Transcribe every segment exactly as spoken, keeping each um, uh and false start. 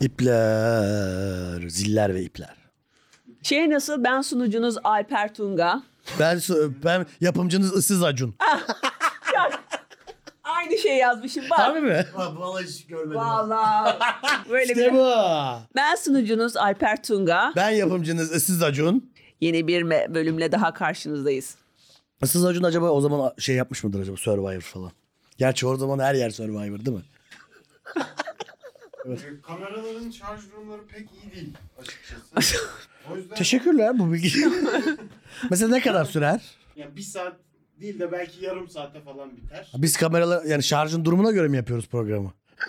İpler, ziller ve ipler. Şey nasıl? Ben sunucunuz Alper Tunga. Ben ben yapımcınız Issız Acun. Aynı şey yazmışım bak. Tabii mi? Vallahi hiç görmedim. Vallahi. Böyle İşte bir... bu. Ben sunucunuz Alper Tunga. Ben yapımcınız Issız Acun. Yeni bir me- bölümle daha karşınızdayız. Issız Acun acaba o zaman şey yapmış mıdır acaba, Survivor falan? Gerçi o zaman her yer Survivor değil mi? Evet. Kameraların şarj durumları pek iyi değil açıkçası. O yüzden Teşekkürler bu bilgi. Mesela ne kadar sürer? ya bir saat değil de belki yarım saate falan biter. Biz kameralar yani şarjın durumuna göre mi yapıyoruz programı?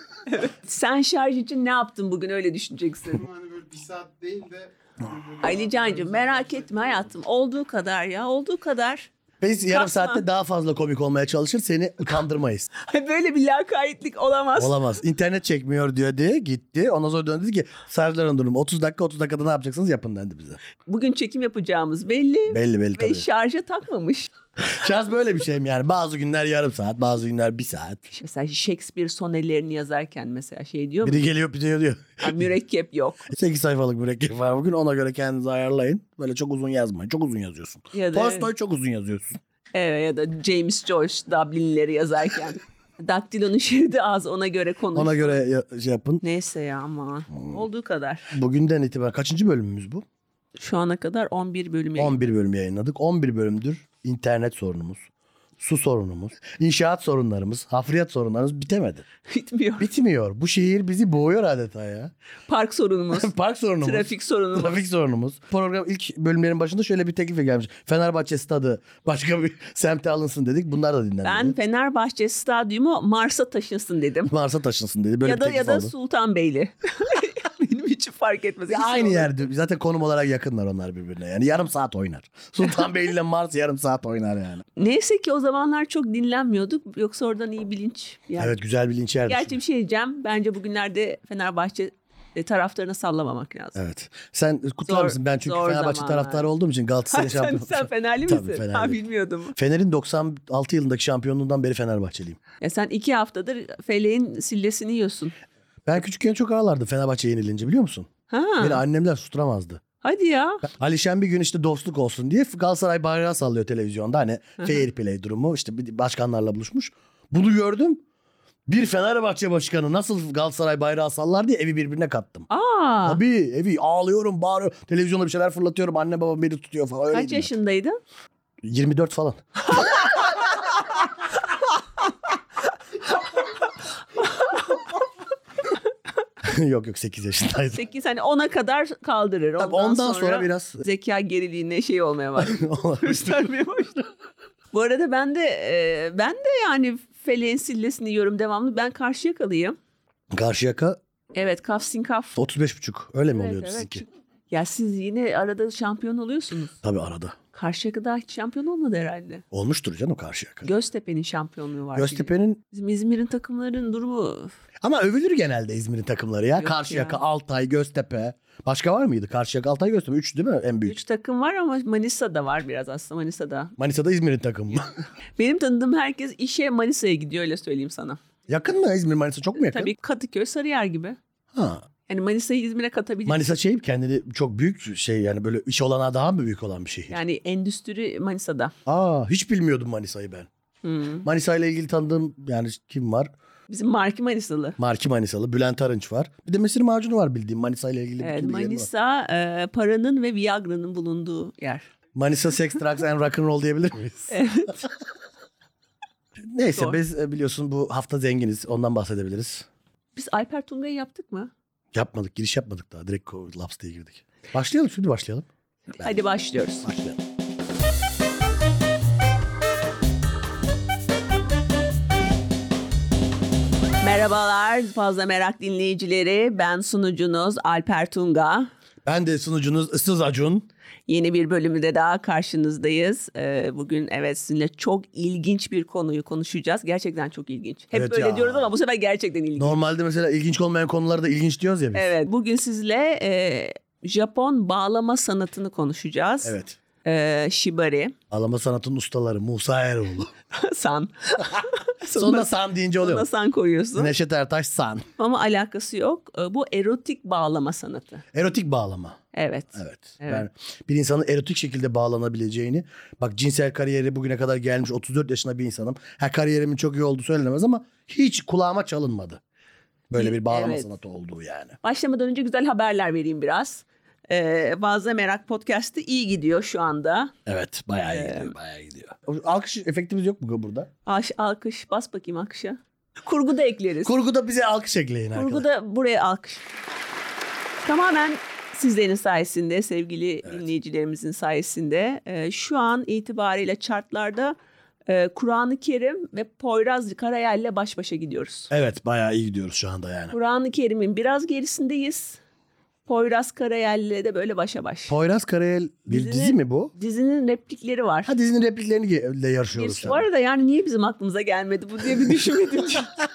Sen şarj için ne yaptın bugün öyle düşüneceksin. Ama hani böyle bir saat değil de... Ali Can'cığım merak etme hayatım. Olduğu kadar ya olduğu kadar. Biz yarım Kasma. saatte daha fazla komik olmaya çalışır, seni utandırmayız. Böyle bir lakaytlık olamaz. Olamaz. İnternet çekmiyor diyor diye gitti. Ondan sonra döndü dedi ki şarjların durumu otuz dakika otuz dakikada ne yapacaksınız yapın dendi bize. Bugün çekim yapacağımız belli. Belli belli Ve tabii. şarja takmamış. Şarj böyle bir şey mi yani? Bazı günler yarım saat, bazı günler bir saat. Mesela Shakespeare sonelerini yazarken mesela şey diyor mu? Biri geliyor bir diyor diyor. Ha, mürekkep yok. sekiz sayfalık mürekkep var bugün, ona göre kendinizi ayarlayın. Böyle çok uzun yazmayın. Çok uzun yazıyorsun. Ya da- Tolstoy çok uzun yazıyorsun. Evet, ya da James Joyce Dublin'leri yazarken. Daktilonun şeridi az ona göre konuş. Ona göre ya- şey yapın. Neyse ya aman. Olduğu kadar. Bugünden itibaren kaçıncı bölümümüz bu? Şu ana kadar on bir bölüm yayın. on bir bölüm yayınladık. on bir bölümdür internet sorunumuz, su sorunumuz, inşaat sorunlarımız, hafriyat sorunlarımız bitemedi. Bitmiyor. Bitmiyor. Bu şehir bizi boğuyor adeta ya. Park sorunumuz. Park sorunumuz. Trafik sorunumuz. Trafik sorunumuz. Program ilk bölümlerin başında şöyle bir teklif gelmiş. Fenerbahçe stadı başka bir semte alınsın dedik. Bunlar da dinlendi. Ben Fenerbahçe Stadyumu Mars'a taşınsın dedim. Mars'a taşınsın dedi. Böyle ya bir da teklif ya da aldı. Sultanbeyli. Benim için fark etmez. Ya İkisi aynı olur. yerde. Zaten konum olarak yakınlar onlar birbirine. Yani yarım saat oynar. Sultanbeyli ile Mars yarım saat oynar yani. Neyse ki o zamanlar çok dinlenmiyorduk. Yoksa oradan iyi bilinç. Yani. Evet, güzel bir linç yerdi. Gerçi bir şey diyeceğim. Bence bugünlerde Fenerbahçe e, taraftarına sallamamak lazım. Evet. Sen kutlar Zor- mısın? Ben çünkü zor Fenerbahçe zamanlar. taraftarı olduğum için Galatasaray sen, şampiyon. sen Fenerli Tabii, misin? Fenerliyim. Ha, bilmiyordum. Fener'in doksan altı yılındaki şampiyonluğundan beri Fenerbahçeliyim. Ya sen iki haftadır Feleğin sillesini yiyorsun. Ben küçükken çok ağlardım Fenerbahçe yenilince, biliyor musun? Ha. Beni annemler susturamazdı. Hadi ya. Alişen bir gün işte dostluk olsun diye Galatasaray bayrağı sallıyor televizyonda. Hani fair play durumu, işte bir başkanlarla buluşmuş. Bunu gördüm. Bir Fenerbahçe başkanı nasıl Galatasaray bayrağı sallar diye evi birbirine kattım. Aa. Tabii evi ağlıyorum, bağırıyorum. Televizyonda bir şeyler fırlatıyorum. Anne babam beni tutuyor falan. Kaç Öyleydim ben. yaşındaydın? yirmi dört falan. yok yok sekiz yaşındaydım. sekiz hani ona kadar kaldırır. Ondan, Tabii ondan sonra biraz- zeka geriliğine şey olmaya başladı. Göstermeye başladı. Bu arada ben de e, ben de yani Feleğin sillesini yiyorum devamlı. Ben Karşıyakalıyım. Karşıyaka Evet, kaf sinkaf. otuz beş buçuk. Öyle mi Evet, oluyordu evet. sizinki? Ya siz yine arada şampiyon oluyorsunuz. Tabii arada. Karşıyaka hiç şampiyon olmadı herhalde. Olmuştur canım Karşıyaka. Göztepe'nin şampiyonluğu var. Göztepe'nin Bizim İzmir'in takımlarının durumu ama övülür genelde İzmir'in takımları ya. Yok Karşıyaka, ya. Altay, Göztepe. Başka var mıydı? Karşıyaka, Altay, Göztepe. Üç değil mi en büyük? üç takım var ama Manisa'da var biraz aslında Manisa'da. Manisa'da İzmir'in takımı. Benim tanıdığım herkes işe Manisa'ya gidiyor öyle söyleyeyim sana. Yakın mı İzmir, Manisa çok mu yakın? Tabii Kadıköy, Sarıyer gibi. Ha. Yani Manisa'yı İzmir'e katabilir. Manisa şey kendini çok büyük şey yani böyle iş olanağı daha mı büyük olan bir şehir? Yani endüstri Manisa'da. Aa, hiç bilmiyordum Manisa'yı ben. Hmm. Manisa ile ilgili tanıdığım yani kim var? Bizim Marki Manisalı. Marki Manisalı, Bülent Arınç var. Bir de Mesir Macunu var bildiğim Manisa ile ilgili. Evet, bütün bilgilerim var. Manisa e, paranın ve Viagra'nın bulunduğu yer. Manisa Sex, Drugs and Rock'n'Roll diyebilir miyiz? Evet. Neyse Doğru. biz e, biliyorsun bu hafta zenginiz. Ondan bahsedebiliriz. Biz Alper Tunga'yı yaptık mı? Yapmadık, giriş yapmadık daha. Direkt ko- laps diye girdik. Başlayalım, şimdi başlayalım. Hadi başlıyoruz. Başlayalım. Merhabalar fazla merak dinleyicileri. Ben sunucunuz Alper Tunga. Ben de sunucunuz Issız Acun. Yeni bir bölümde daha karşınızdayız. Ee, bugün evet sizinle çok ilginç bir konuyu konuşacağız. Gerçekten çok ilginç. Hep Evet böyle ya. diyoruz ama bu sefer gerçekten ilginç. Normalde mesela ilginç olmayan konuları da ilginç diyoruz ya biz. Evet, bugün sizle e, Japon bağlama sanatını konuşacağız. Evet. Ee, Shibari. Ağlama sanatının ustaları Musa Eroğlu. San. Sonunda san deyince oluyor. Sonuna san koyuyorsun. Neşet Ertaş san. Ama alakası yok. Ee, Bu erotik bağlama sanatı. Erotik bağlama. Evet. Evet. Evet. Ben bir insanın erotik şekilde bağlanabileceğini, bak cinsel kariyeri bugüne kadar gelmiş otuz dört yaşında bir insanım. Ha, kariyerimin çok iyi olduğu söylenemez ama hiç kulağıma çalınmadı. Böyle bir bağlama Evet. sanatı olduğu yani. Başlamadan önce güzel haberler vereyim biraz. Ee, Bazı Merak Podcast'ı iyi gidiyor şu anda. Evet, bayağı iyi gidiyor, bayağı iyi gidiyor. Alkış efektimiz yok mu burada? Alş, alkış. Bas bakayım alkışa. Kurgu da ekleriz. Kurguda bize alkış ekleyin arkadaşlar. Kurgu da buraya alkış. Tamamen sizlerin sayesinde, sevgili dinleyicilerimizin sayesinde. Ee, şu an itibariyle chartlarda e, Kur'an-ı Kerim ve Poyraz Karayel'le baş başa gidiyoruz. Evet, bayağı iyi gidiyoruz şu anda yani. Kur'an-ı Kerim'in biraz gerisindeyiz. Poyraz Karayel'le de böyle başa baş. Poyraz Karayel bir Dizinin- dizi mi bu? Dizinin replikleri var. Ha, dizinin replikleriyle yarışıyoruz Bir, şu bu an. arada yani niye bizim aklımıza gelmedi bu diye bir düşünmedim.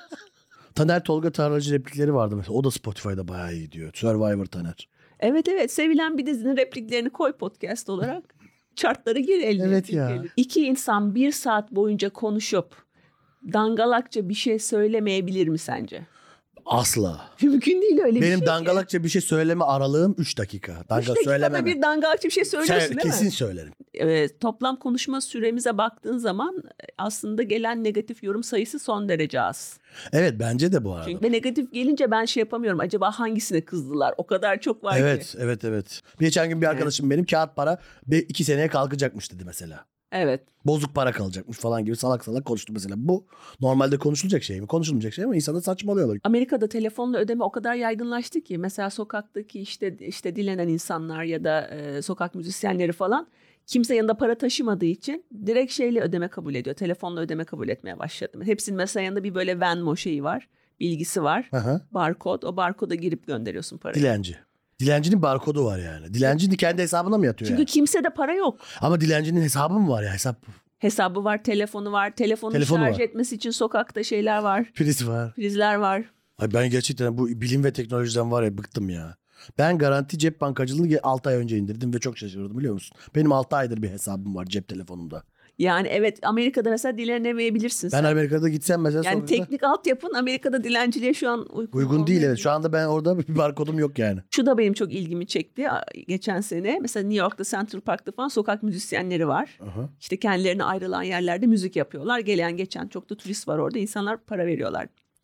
Taner Tolga Tarlacı replikleri vardı mesela. O da Spotify'da bayağı iyi gidiyor. Survivor Taner. Evet evet, sevilen bir dizinin repliklerini koy podcast olarak. Chartlara gir eline. Evet ya. Gelir. İki insan bir saat boyunca konuşup dangalakça bir şey söylemeyebilir mi sence? Asla. Mümkün değil öyle bir Benim şey. dangalakça bir şey söyleme aralığım üç dakika. Üç Danga dakikada söylemem. bir dangalakça bir şey söylüyorsun Sen, değil kesin mi? söylerim. Evet, toplam konuşma süremize baktığın zaman aslında gelen negatif yorum sayısı son derece az. Evet, bence de bu arada. Çünkü ve negatif gelince ben şey yapamıyorum. Acaba hangisine kızdılar? O kadar çok var Evet, ki. evet, evet. Bir geçen gün bir arkadaşım benim kağıt para bir, iki seneye kalkacakmış dedi mesela. Evet. Bozuk para kalacakmış falan gibi salak salak konuştu mesela. Bu normalde konuşulacak şey mi? Konuşulmayacak şey mi? İnsanlar saçmalıyorlar. Amerika'da telefonla ödeme o kadar yaygınlaştı ki mesela sokaktaki işte işte dilenen insanlar ya da e, sokak müzisyenleri falan kimse yanında para taşımadığı için direkt şeyle ödeme kabul ediyor. Telefonla ödeme kabul etmeye başladı. Hepsinin mesela yanında bir böyle Venmo şeyi var. Bilgisi var. Aha. Barkod. O barkoda girip gönderiyorsun parayı. Dilenci. Dilencinin barkodu var yani. Dilencinin kendi hesabına mı yatıyor Çünkü yani? kimsede para yok. Ama dilencinin hesabı mı var ya? Hesap Hesabı var, telefonu var. Telefonu Telefonu şarj var. etmesi için sokakta şeyler var. prizi var. Prizler var. Ay ben gerçekten bu bilim ve teknolojiden var ya bıktım ya. Ben Garanti cep bankacılığını altı ay önce indirdim ve çok şaşırdım biliyor musun? Benim altı aydır bir hesabım var cep telefonumda. Yani evet, Amerika'da mesela dilenemeyebilirsin Ben sen. Amerika'da gitsem mesela Yani sokakta teknik altyapın Amerika'da dilenciliğe şu an uygun, uygun değil. Evet. olmayabilir. Şu anda ben orada bir barkodum yok yani. Şu da benim çok ilgimi çekti. Geçen sene mesela New York'ta Central Park'ta falan sokak müzisyenleri var. Aha. İşte kendilerine ayrılan yerlerde müzik yapıyorlar. Gelen geçen çok da turist var orada. İnsanlar para veriyorlar.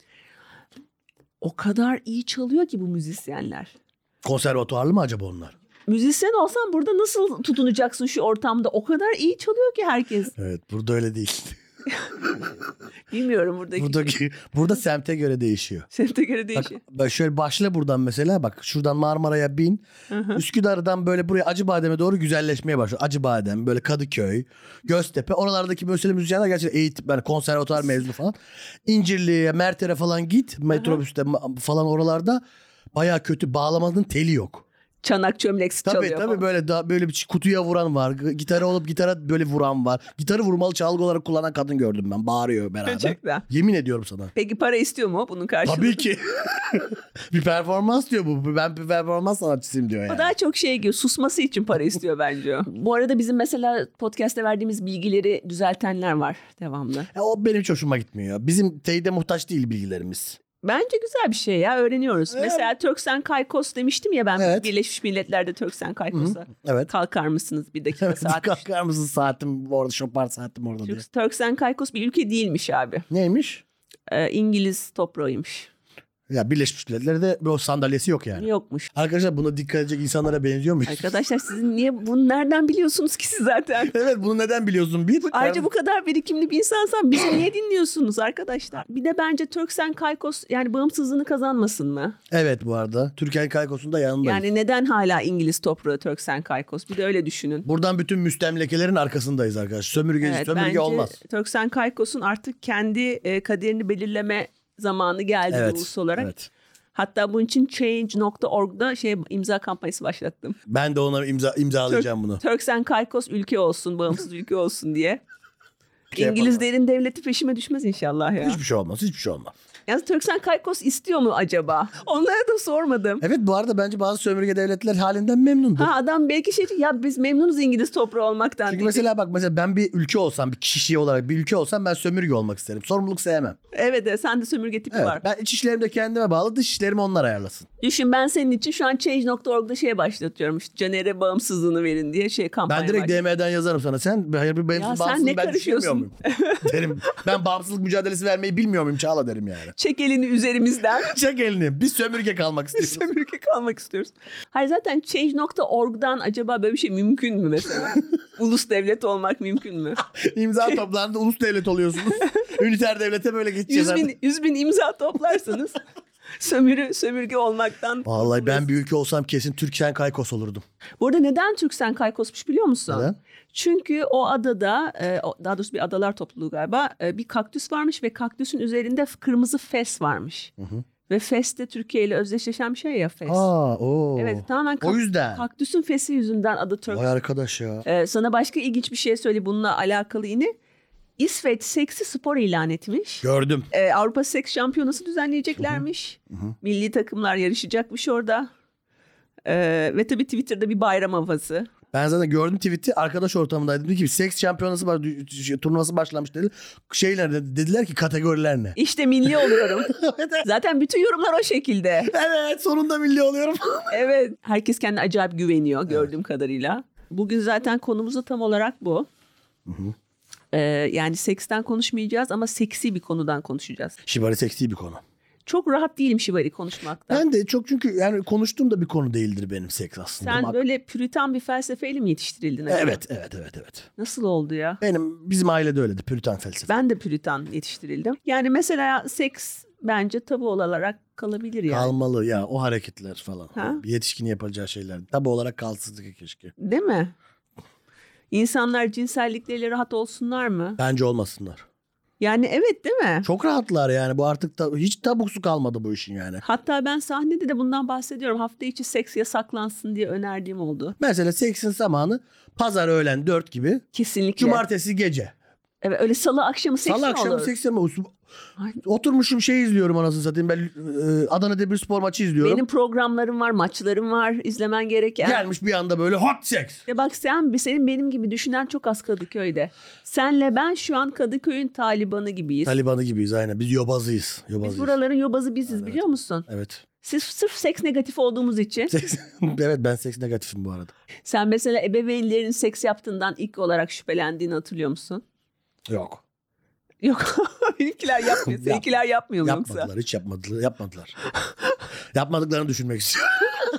O kadar iyi çalıyor ki bu müzisyenler. Konservatuarlı mı acaba onlar? Müzisyen olsan burada nasıl tutunacaksın şu ortamda? O kadar iyi çalıyor ki herkes. Evet, burada öyle değil. Bilmiyorum buradaki. Buradaki burada semte göre değişiyor. Semte göre Bak, değişiyor. bak şöyle başla buradan mesela bak şuradan Marmara'ya bin. Üsküdar'dan böyle buraya Acıbadem'e doğru güzelleşmeye başlıyor. Acıbadem böyle Kadıköy, Göztepe oralardaki böyle müzisyenler gerçekten eğitim yani konservatuar mezunu falan. İncirli'ye, Merter'e falan git metrobüste ma- falan oralarda baya kötü bağlamanın teli yok. Çanak çömleksi Tabii çalıyor tabii falan. böyle da böyle bir kutuya vuran var. Gitarı olup gitara böyle vuran var. Gitarı vurmalı çalgı olarak kullanan kadın gördüm ben. Bağırıyor beraber. Gerçekten. Yemin ediyorum sana. Peki para istiyor mu bunun karşılığında? Tabii ki. bir performans diyor bu. Ben bir performans sanatçısıyım diyor yani. O daha çok şey gibi susması için para istiyor bence o. Bu arada bizim mesela podcast'te verdiğimiz bilgileri düzeltenler var devamlı. Ya o benim hiç hoşuma gitmiyor. Bizim teyide muhtaç değil bilgilerimiz. Bence güzel bir şey ya, öğreniyoruz. Evet. Mesela Turks and Caicos demiştim ya ben Evet. Birleşmiş Milletler'de Turks and Caicos'a. Evet. Kalkar mısınız bir dakika Evet, saat? kalkar mısın saatim orada şopar saatim orada diye. Turks, Turks and Caicos bir ülke değilmiş abi. Neymiş? Ee, İngiliz toprağıymış. Ya Birleşmiş Milletler'de o sandalyesi yok yani. Yokmuş. Arkadaşlar buna dikkat edecek insanlara benziyor muyuz? Arkadaşlar sizin niye bunu nereden biliyorsunuz ki siz zaten? Evet bunu neden biliyorsun? Bir. Ayrıca bu kadar birikimli bir insansan bizi niye dinliyorsunuz arkadaşlar? Bir de bence Turks and Caicos yani bağımsızlığını kazanmasın mı? Evet bu arada. Türkiye Kaykos'un da yanındayız. Yani neden hala İngiliz toprağı Turks and Caicos? Bir de öyle düşünün. Buradan bütün müstemlekelerin arkasındayız arkadaşlar. Sömürgeci, Evet, sömürge bence olmaz. Turks and Caicos'un artık kendi e, kaderini belirleme zamanı geldi Evet. ulus olarak. Evet. Hatta bunun için change nokta org'da şey imza kampanyası başlattım. Ben de onları imza imzalayacağım bunu. Turks and Caicos ülke olsun, bağımsız ülke olsun diye. Şey İngilizlerin devleti peşime düşmez inşallah ya. Hiçbir şey olmaz. Hiçbir şey olmaz. Yalnız Turkcell Caicos istiyor mu acaba? Onlara da sormadım. Evet bu arada bence bazı sömürge devletler halinden memnundur. Ha adam belki şey ya biz memnunuz İngiliz toprağı olmaktan. Çünkü diyecek. mesela bak mesela ben bir ülke olsam, bir kişi olarak bir ülke olsam ben sömürge olmak isterim. Sorumluluk sevmem. Evet, evet sen de sömürge tipi Evet, var. ben iç işlerim de kendime bağlı, dış işlerimi onlar ayarlasın. Düşün ben senin için şu an change nokta org'da şeye başlatıyorum. İşte Caner'e bağımsızlığını verin diye şey kampanya Ben direkt var. D M'den yazarım sana. Sen hayır bir benim Ya sen bağımsızlığımı ne ben düşünmüyor karışıyorsun? muyum? derim. Ben bağımsızlık mücadelesi vermeyi bilmiyor muyum Çağla derim yani. Çek elini üzerimizden. Çek elini. Biz sömürge kalmak istiyoruz. Sömürge kalmak istiyoruz. Hayır zaten change nokta org'dan acaba böyle bir şey mümkün mü mesela? Ulus devlet olmak mümkün mü? İmza toplandı ulus devlet oluyorsunuz. Üniter devlete böyle geçeceğiz. Yüz bin, artık. yüz bin imza toplarsanız sömürü, sömürge olmaktan... Vallahi ben bir ülke olsam kesin Turkcell Caicos olurdum. Bu arada neden Turkcell Caicos'muş biliyor musun? Neden? Çünkü o adada, e, o- daha doğrusu bir adalar topluluğu galiba, e, bir kaktüs varmış ve kaktüsün üzerinde kırmızı fes varmış. Hı hı. Ve fes de Türkiye ile özdeşleşen bir şey ya fes. Aa, o. Evet tamamen O kak- yüzden. kaktüsün fesi yüzünden adı Turk. Vay arkadaş ya. Ee, sana başka ilginç bir şey söyleyeyim bununla alakalı yine. İsveç seksi spor ilan etmiş. Gördüm. Ee, Avrupa Seks Şampiyonası düzenleyeceklermiş. Milli takımlar yarışacakmış orada. Ee, ve tabii Twitter'da bir bayram havası. Ben zaten gördüm tweet'i arkadaş ortamındaydım. Dedi ki seks şampiyonası var, dü- turnuvası başlamış dedi. Şeyler dedi, dediler ki kategoriler ne? İşte milli oluyorum. evet, Zaten bütün yorumlar o şekilde. evet sonunda milli oluyorum. Evet. Herkes kendine acayip güveniyor gördüğüm kadarıyla. Bugün zaten konumuz da tam olarak bu. Ee, yani seksten konuşmayacağız ama seksi bir konudan konuşacağız. Şibari seksi bir konu. Çok rahat değilim şibari konuşmaktan. Ben de çok çünkü yani konuştuğum da bir konu değildir benim seks aslında. Sen Ama- böyle püritan bir felsefeyle mi yetiştirildin acaba? Evet, evet, evet, evet. Nasıl oldu ya? Benim bizim ailede öyledir Püritan felsefe. Ben de püritan yetiştirildim. Yani mesela seks bence tabu olarak kalabilir yani. Kalmalı ya o hareketler falan. Ha? Bir yetişkinin yapacağı şeyler. Tabi olarak kalsın keşke. Değil mi? İnsanlar cinsellikleriyle rahat olsunlar mı? Bence olmasınlar. Yani evet değil mi? Çok rahatlar yani bu artık ta- hiç tabusu kalmadı bu işin yani. Hatta ben sahnede de bundan bahsediyorum. Hafta içi seks yasaklansın diye önerdiğim oldu. Mesela seksin zamanı pazar öğlen dört gibi. Kesinlikle. Cumartesi gece. Evet öyle salı akşamı seks Salı mi akşamı olur? seks ama Ay. oturmuşum şey izliyorum anasını satayım. Ben e, Adana Demirspor maçı izliyorum. Benim programlarım var, maçlarım var, izlemen gereken. Gelmiş bir anda böyle hot seks. Ya bak sen, senin benim gibi düşünen çok az Kadıköy'de. Senle ben şu an Kadıköy'ün Talibanı gibiyiz. Talibanı gibiyiz aynen. Biz yobazıyız. Biz Yobazıyız. buraların yobazı biziz biliyor musun? Evet. Sırf, sırf seks negatif olduğumuz için. Seks... evet ben seks negatifim bu arada. Sen mesela ebeveynlerin seks yaptığından ilk olarak şüphelendiğini hatırlıyor musun? Yok. Yok. Benimkiler yapmıyor. Seninkiler yapmıyor mu yoksa? Yapmadılar hiç yapmadılar. Yapmadılar. Yapmadıklarını düşünmek istiyorum.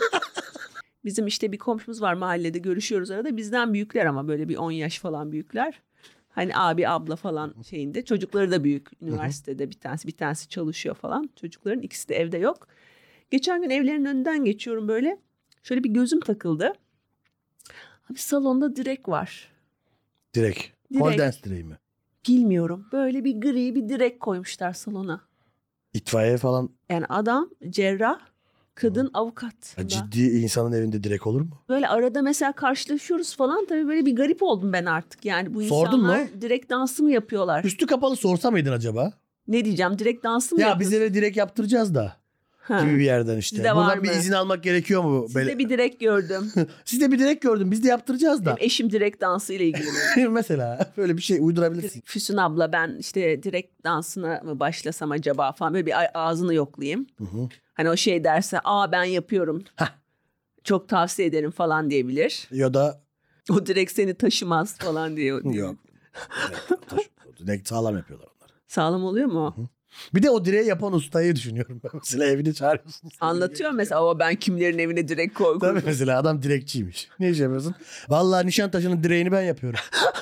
Bizim işte bir komşumuz var mahallede, görüşüyoruz arada. Bizden büyükler ama böyle bir on yaş falan büyükler. Hani abi abla falan şeyinde. Çocukları da büyük. Üniversitede bir tanesi bir tanesi çalışıyor falan. Çocukların ikisi de evde yok. Geçen gün evlerin önünden geçiyorum böyle. Şöyle bir gözüm takıldı. Abi salonda direk var. Direkt. Direkt. Pole dance direği mi? Bilmiyorum. Böyle bir gri bir direk koymuşlar salona. İtfaiye falan. Yani adam cerrah, kadın avukat. Ya ciddi insanın evinde direkt olur mu? Böyle arada mesela karşılaşıyoruz falan, tabii böyle bir garip oldum ben artık. Yani bu Sordun insanlar mu? direkt dansı mı yapıyorlar? Üstü kapalı sorsa mıydın acaba? Ne diyeceğim, direkt dansı mı Ya yapıyorsun? biz eve direkt yaptıracağız da. Ha. Gibi bir yerden işte. Sizde var Buradan bir mı? izin almak gerekiyor mu? Sizde Böyle... bir direkt gördüm. Sizde bir direkt gördüm. Biz de yaptıracağız da. Benim eşim direkt dansıyla ilgileniyor. Mesela böyle bir şey uydurabilirsin. Füsun abla ben işte direkt dansına mı başlasam acaba falan, böyle bir a- ağzını yoklayayım. Hı hı. Hani o şey derse aa ben yapıyorum. Hah. Çok tavsiye ederim falan diyebilir. Ya da O direkt seni taşımaz falan diyor. yok. Direkt, taş- direkt sağlam yapıyorlar onlar. Sağlam oluyor mu? Bir de o direği yapan ustayı düşünüyorum ben. Mesela evini çağırıyorsun. Anlatıyor mesela, o ben kimlerin evine direkt koy. Tabii mesela adam direkçiymiş. Ne iş yapıyorsun? Vallahi Nişantaşı'nın direğini ben yapıyorum.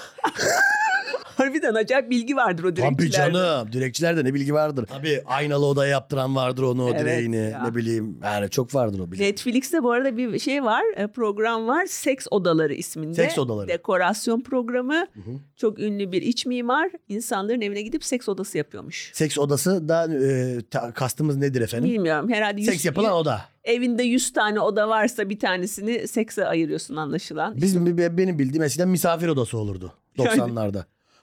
Harbiden acayip bilgi vardır o Tabii direkçilerde. canım. Direkçilerde ne bilgi vardır. Tabii aynalı odaya yaptıran vardır onu, o Evet direğini. ya. Ne bileyim. Yani çok vardır o bilgi. Netflix'te bu arada bir şey var, e, program var. Seks Odaları isminde. Seks Odaları. Dekorasyon programı. Çok ünlü bir iç mimar insanların evine gidip seks odası yapıyormuş. Seks odası da e, ta- kastımız nedir efendim? Bilmiyorum herhalde yüz, Seks yapılan oda. evinde yüz tane oda varsa bir tanesini sekse ayırıyorsun anlaşılan. Bizim benim bildiğim eskiden misafir odası olurdu doksanlarda.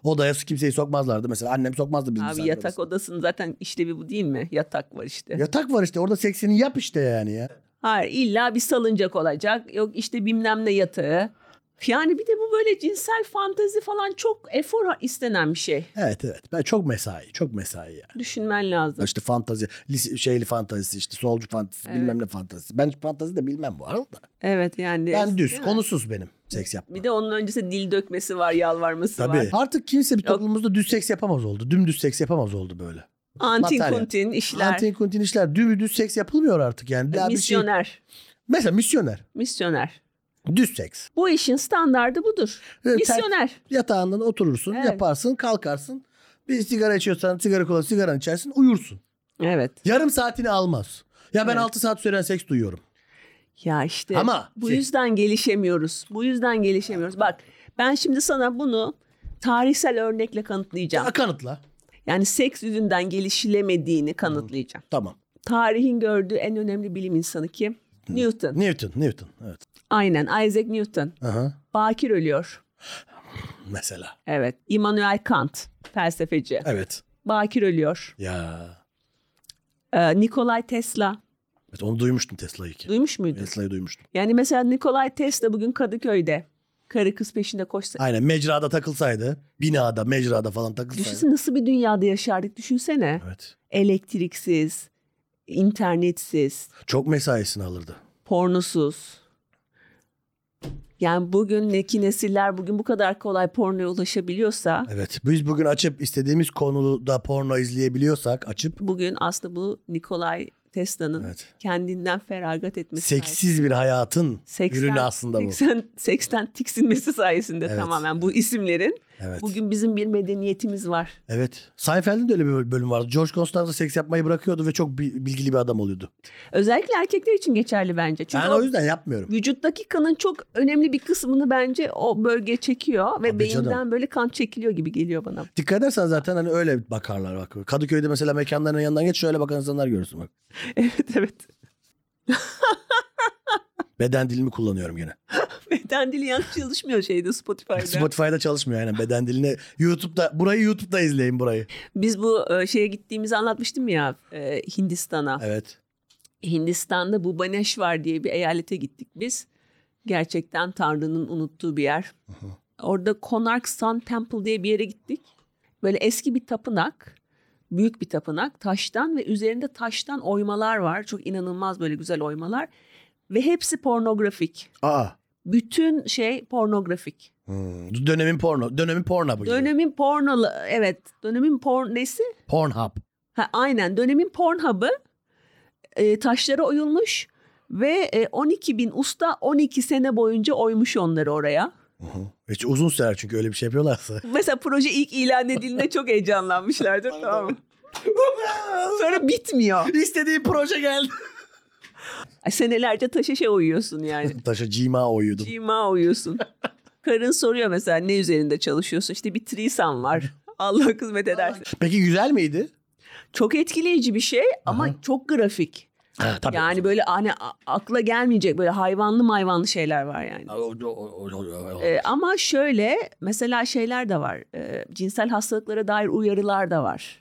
Odaya kimseyi sokmazlardı. Mesela annem sokmazdı bizim Abi misafir yatak odasına. odasının zaten işlevi bu değil mi? Yatak var işte. Yatak var işte orada seksini yap işte yani ya. Hayır, illa bir salıncak olacak. Yok işte bilmem ne yatağı. Yani bir de bu böyle cinsel fantezi falan çok efor istenen bir şey. Evet evet. Ben çok mesai. Çok mesai yani. Düşünmen lazım. İşte fantazi, lise, şeyli fantazisi, işte solcu fantazisi, Evet. bilmem ne fantazisi. Ben fantazi de bilmem bu arada. Evet yani. Ben düz, Değil mi? konusuz benim seks yapma. Bir de onun öncesi dil dökmesi var, yalvarması Tabii. var. Artık kimse bir toplumumuzda düz seks yapamaz oldu. Dümdüz seks yapamaz oldu böyle. Antin Materyal. kuntin işler. Antin kuntin işler. Düz seks yapılmıyor artık yani. Daha bir şey- Misyoner. Mesela misyoner. Misyoner. Düz seks. Bu işin standardı budur. Evet, Misyoner. Yatağından oturursun, Evet. yaparsın, kalkarsın. Bir sigara içiyorsan sigara kola sigaranı içersin, uyursun. Evet. Yarım saatini almaz. Ya ben Evet. altı saat süren seks duyuyorum. Ya işte Ama bu şey- yüzden gelişemiyoruz. Bu yüzden gelişemiyoruz. Bak ben şimdi sana bunu tarihsel örnekle kanıtlayacağım. Ya kanıtla. Yani seks yüzünden gelişilemediğini kanıtlayacağım. Tamam. Tarihin gördüğü en önemli bilim insanı kim? Newton. Newton, Newton. Evet. Aynen, Isaac Newton. Aha. Bakir ölüyor. Mesela. Evet. Immanuel Kant, felsefeci. Evet. Bakir ölüyor. Ya. Ee, Nikolay Tesla. Evet, onu duymuştum Tesla'yı ki. Duymuş muydun? Tesla'yı duymuştum. Yani mesela Nikolay Tesla bugün Kadıköy'de karı kız peşinde koşsa. Aynen mecrada takılsaydı, binada, mecrada falan takılsaydı. Düşünsene nasıl bir dünyada yaşardık, düşünsene. Evet. Elektriksiz, internetsiz, Çok mesaisini alırdı. pornosuz. Yani bugünkü nesiller bugün bu kadar kolay pornoya ulaşabiliyorsa Evet. Biz bugün açıp istediğimiz konuda porno izleyebiliyorsak açıp bugün aslında bu Nikolay Tesla'nın evet. kendinden feragat etmesi Seksiz bir hayatın sayesinde. ürünü aslında bu. seksen, seksten tiksinmesi sayesinde Evet. tamamen bu isimlerin. Evet. Bugün bizim bir medeniyetimiz var. Evet. Seinfeld'in de öyle bir bölüm vardı. George Costanza seks yapmayı bırakıyordu ve çok bi- bilgili bir adam oluyordu. Özellikle erkekler için geçerli bence. Çünkü Ben o o yüzden yapmıyorum. vücuttaki kanın çok önemli bir kısmını bence o bölge çekiyor ve Tabii beyinden canım. böyle kan çekiliyor gibi geliyor bana. Dikkat edersen zaten hani öyle bakarlar bak. Kadıköy'de mesela mekanların yanından geç şöyle bakan insanlar görürsün bak. Evet evet. Beden dilimi kullanıyorum gene. Beden dili yanlış çalışmıyor şeyde Spotify'da. Spotify'da çalışmıyor aynen beden diline. YouTube'da burayı YouTube'da izleyin burayı. Biz bu e, şeye gittiğimizi anlatmıştım ya e, Hindistan'a. Evet. Hindistan'da Bhubaneswar diye bir eyalete gittik biz. Gerçekten Tanrı'nın unuttuğu bir yer. Orada Konark Sun Temple diye bir yere gittik. Böyle eski bir tapınak. Büyük bir tapınak taştan ve üzerinde taştan oymalar var. Çok inanılmaz böyle güzel oymalar. Ve hepsi pornografik. Aa. Bütün şey pornografik. Hmm. Dönemin porno. Dönemin porno bu gibi. Dönemin pornolu, evet. Dönemin porn nesi? Pornhub. Ha, aynen. Dönemin Pornhub'ı e, taşlara oyulmuş ve e, on iki bin usta on iki sene boyunca oymuş onları oraya. Hı hı. Hiç uzun sürer çünkü öyle bir şey yapıyorlarsa. Mesela proje ilk ilan edildiğinde çok heyecanlanmışlardır, tamam mı? Sonra bitmiyor. İstediğim proje geldi. Ay, senelerce taşa şey oyuyorsun yani. Taşa cima oyuyordum. Cima oyuyorsun. Karın soruyor mesela ne üzerinde çalışıyorsun? İşte bir trisam var. Allah kısmet ederse. Peki güzel miydi? Çok etkileyici bir şey ama Aha. çok grafik. Ha, tabii. Yani böyle hani a- akla gelmeyecek böyle hayvanlı hayvanlı şeyler var yani. Ee, ama şöyle mesela şeyler de var. Ee, cinsel hastalıklara dair uyarılar da var.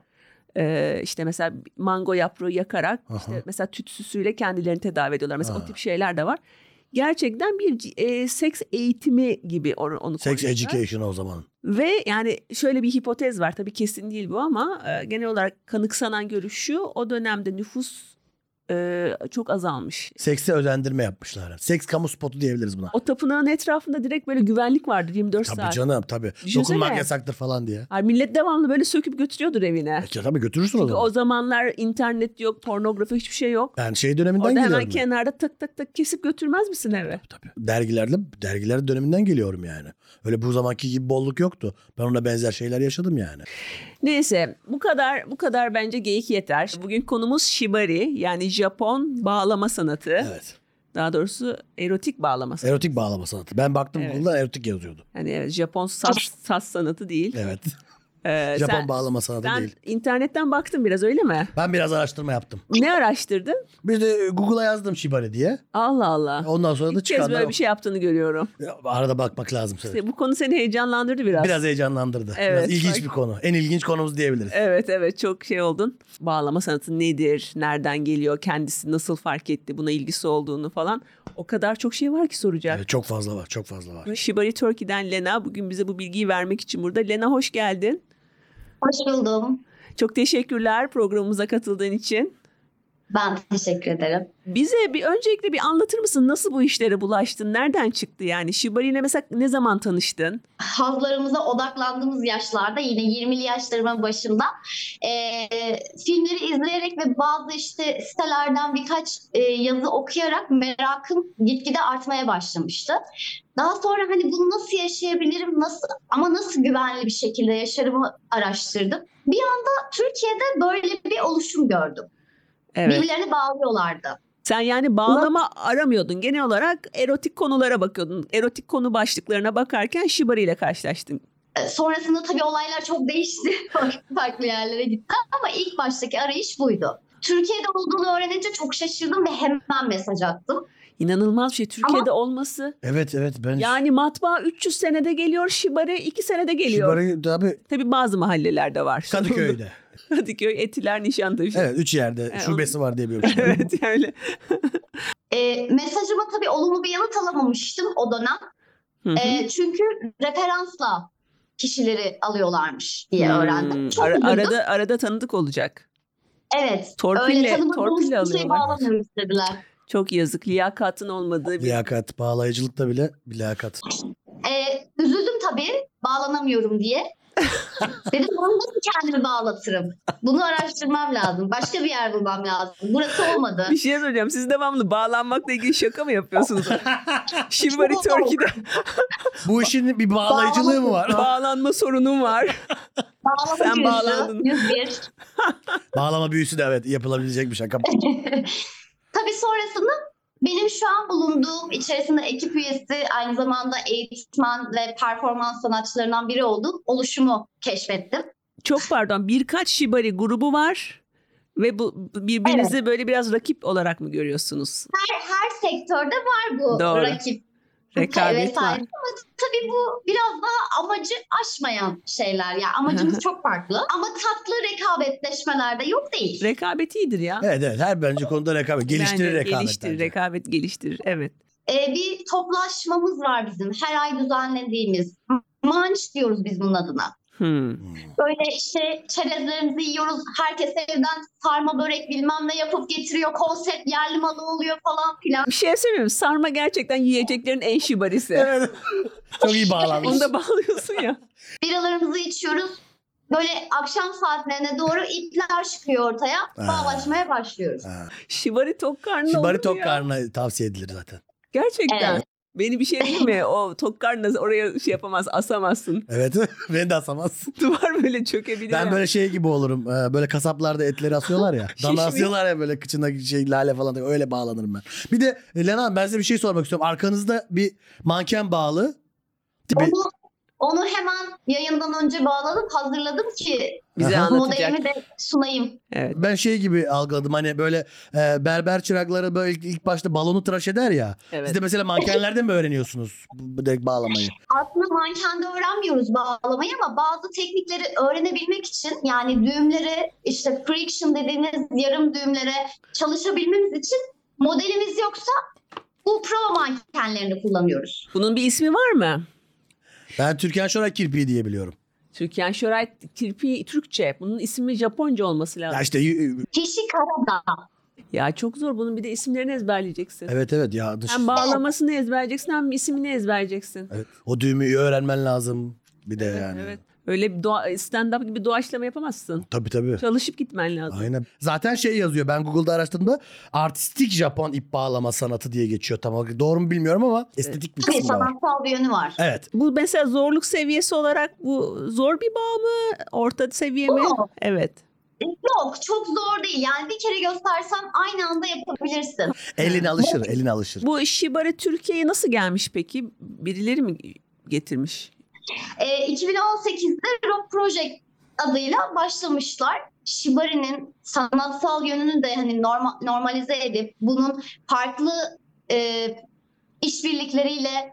Ee, işte mesela mango yaprağı yakarak Aha. işte mesela tütsüsüyle kendilerini tedavi ediyorlar. Mesela Ha. o tip şeyler de var. Gerçekten bir c- e, seks eğitimi gibi onu, onu Sex koymuşlar. education o zaman. Ve yani şöyle bir hipotez var. Tabii kesin değil bu ama e, genel olarak kanıksanan görüş şu. O dönemde nüfus e, çok azalmış. Sekse özendirme yapmışlar. Seks kamu spotu diyebiliriz buna. O tapınağın etrafında direkt böyle güvenlik vardı yirmi dört Tabii saat. canım tabii. Düşünsene. Dokunmak yasaktır falan diye. Yani millet devamlı böyle söküp götürüyordur evine. Ya tabii götürürsün o Çünkü zaman. o zamanlar internet yok, pornografi hiçbir şey yok. Ben şey döneminden Orada geliyorum. hemen ben. kenarda tak tak tak kesip götürmez misin eve? Tabii. Dergilerle, dergiler döneminden geliyorum yani. Öyle bu zamanki gibi bolluk yoktu. Ben ona benzer şeyler yaşadım yani. Neyse bu kadar bu kadar bence geyik yeter. Bugün konumuz shibari yani Japon bağlama sanatı. Evet. Daha doğrusu erotik bağlama sanatı. Erotik bağlama sanatı. Ben baktım Evet. Google'dan erotik yazıyordu. Yani evet, Japon saz, saz sanatı değil. Evet. Ee, Japon sen, bağlama sanatı sen değil. internetten baktın biraz öyle mi? Ben biraz araştırma yaptım. Ne araştırdın? Bir de Google'a yazdım Shibari diye. Allah Allah. Ondan sonra da İlk kez çıkanlar böyle bir şey yaptığını görüyorum. arada bakmak lazım. İşte bu konu seni heyecanlandırdı biraz. Biraz heyecanlandırdı. Evet, Biraz ilginç bak. bir konu. En ilginç konumuz diyebiliriz. Evet evet çok şey oldun. Bağlama sanatı nedir? Nereden geliyor? Kendisi nasıl fark etti? Buna ilgisi olduğunu falan. O kadar çok şey var ki soracak. Evet, çok fazla var. Çok fazla var. Shibari Turkey'den Lena bugün bize bu bilgiyi vermek için burada. Lena hoş geldin. Hoş buldum. Çok teşekkürler programımıza katıldığın için. Ben teşekkür ederim. Bize bir öncelikle bir anlatır mısın? Nasıl bu işlere bulaştın? Nereden çıktı yani? Shibari ile mesela ne zaman tanıştın? Hazlarımıza odaklandığımız yaşlarda yine yirmili yaşlarımın başında e, filmleri izleyerek ve bazı işte sitelerden birkaç e, yazı okuyarak merakım gitgide artmaya başlamıştı. Daha sonra hani bunu nasıl yaşayabilirim, nasıl ama nasıl güvenli bir şekilde yaşarımı araştırdım. Bir anda Türkiye'de böyle bir oluşum gördüm. Evet. Birbirlerini bağlıyorlardı. Sen yani bağlama aramıyordun. Genel olarak erotik konulara bakıyordun. Erotik konu başlıklarına bakarken Shibari ile karşılaştın. Sonrasında tabii olaylar çok değişti. Farklı yerlere gitti ama ilk baştaki arayış buydu. Türkiye'de olduğunu öğrenince çok şaşırdım ve hemen mesaj attım. İnanılmaz bir şey Türkiye'de olması. Evet evet. Ben Yani matbaa üç yüz senede geliyor, Shibari iki senede geliyor. Shibari tabii Tabii bazı mahallelerde var. Kadıköy'de. Kadıköy, Etiler, Nişantaşı. Evet, üç yerde Evet, şubesi var diye biliyorum. Evet öyle. E, mesajıma tabii olumlu bir yanıt alamamıştım o dönem. Hı hı. E, çünkü referansla kişileri alıyorlarmış diye Hmm, öğrendim. Çok ara- üzüldüm. arada arada tanıdık olacak. Evet. Torpille- öyle tanımadığımız torpille bir şey alıyorlar. bağlamıyoruz dediler. Çok yazık. Liyakatın olmadığı bir... Liyakat, bağlayıcılıkta bile bir liyakat. E, üzüldüm tabii bağlanamıyorum diye. Dedim ben nasıl kendimi bağlatırım? Bunu araştırmam lazım. Başka bir yer bulmam lazım. Burası olmadı. Bir şey söyleyeceğim. Siz devamlı bağlanmakla ilgili şaka mı yapıyorsunuz? Shibari Turkey'de Bu işin bir bağlayıcılığı mı var? bağlanma sorunum var. Bağlama Sen Sen bağlandın. yüz bir. Bağlama büyüsü de evet yapılabilecek bir şaka. Tabii sonrasında benim şu an bulunduğum içerisinde ekip üyesi aynı zamanda eğitmen ve performans sanatçılarından biri olduğum oluşumu keşfettim. Çok pardon. Birkaç Shibari grubu var. Ve bu birbirinizi böyle biraz rakip olarak mı görüyorsunuz? Her, her sektörde var bu Doğru. rakip. Rekabet vesaire. var. Ama tabii bu biraz daha amacı aşmayan şeyler. Yani amacımız çok farklı. Ama tatlı rekabetleşmelerde yok değil. Rekabet iyidir ya. Evet evet her bence konuda rekabet. Geliştirir Bence rekabet. Geliştirir, bence. rekabet geliştirir. Evet. Ee, bir toplaşmamız var bizim. Her ay düzenlediğimiz. Manç diyoruz biz bunun adına. Hmm. Böyle işte çerezlerimizi yiyoruz. Herkes evden sarma börek bilmem ne yapıp getiriyor. Konsept yerli malı oluyor falan filan. Bir şey söyleyeyim. Sarma gerçekten yiyeceklerin en şibarisi. Evet. Çok iyi bağlanmış. Onu da bağlıyorsun ya. Biralarımızı içiyoruz. Böyle akşam saatlerine doğru ipler çıkıyor ortaya. Bağlaşmaya başlıyoruz. Ha. Şibari tok karnına olur Şibari mu tok ya? karnına tavsiye edilir zaten. Gerçekten. Evet. Beni bir şey değil mi? O tok karnına oraya şey yapamaz, asamazsın. Evet beni de asamazsın. Duvar böyle çökebilir. Ben ya. böyle şey gibi olurum. e, Böyle kasaplarda etleri asıyorlar ya. Şişmiş. Dana asıyorlar ya böyle kıçındaki şey lale falan. Öyle bağlanırım ben. Bir de e, Lena ben size bir şey sormak istiyorum. Arkanızda bir manken bağlı. Bir- Onu, onu hemen yayından önce bağladım, hazırladım ki Bize Aha. anlatacak. modelimi de sunayım. Evet. Ben şey gibi algıladım hani böyle e, berber çırakları böyle ilk, ilk başta balonu tıraş eder ya. Evet. Siz de mesela mankenlerden mi öğreniyorsunuz bu bu direkt bağlamayı? Aslında mankende öğrenmiyoruz bağlamayı ama bazı teknikleri öğrenebilmek için yani düğümleri işte friction dediğimiz yarım düğümlere çalışabilmemiz için modelimiz yoksa bu prova mankenlerini kullanıyoruz. Bunun bir ismi var mı? Ben Türkan Şoray kirpiği diye biliyorum. Türkan Şoray kirpi Türkçe. Bunun ismi Japonca olması lazım. Ya işte y- Kişi Karada. Ya çok zor. Bunun bir de isimlerini ezberleyeceksin. evet evet ya dış. Hem bağlamasını ezberleyeceksin hem ismini ezberleyeceksin. Evet. O düğümü öğrenmen lazım. Bir de yani. Evet. Öyle bir doğa, stand-up gibi doğaçlama yapamazsın. Tabii tabii. Çalışıp gitmen lazım. Aynen. Zaten şey yazıyor. Ben Google'da araştırdığımda artistik Japon ip bağlama sanatı diye geçiyor tam olarak. Doğru mu bilmiyorum ama estetik bir Tabii kısmı da var. sanatsal bir yönü var. Evet. Bu mesela zorluk seviyesi olarak bu zor bir bağ mı? Orta seviye mi? Yok. Evet. Yok çok zor değil. Yani bir kere göstersen aynı anda yapabilirsin. Elin alışır, elin alışır. Bu Shibari Türkiye'ye nasıl gelmiş peki? Birileri mi getirmiş? E, iki bin on sekizde Rock Project adıyla başlamışlar. Shibari'nin sanatsal yönünü de hani norma, normalize edip bunun farklı e, işbirlikleriyle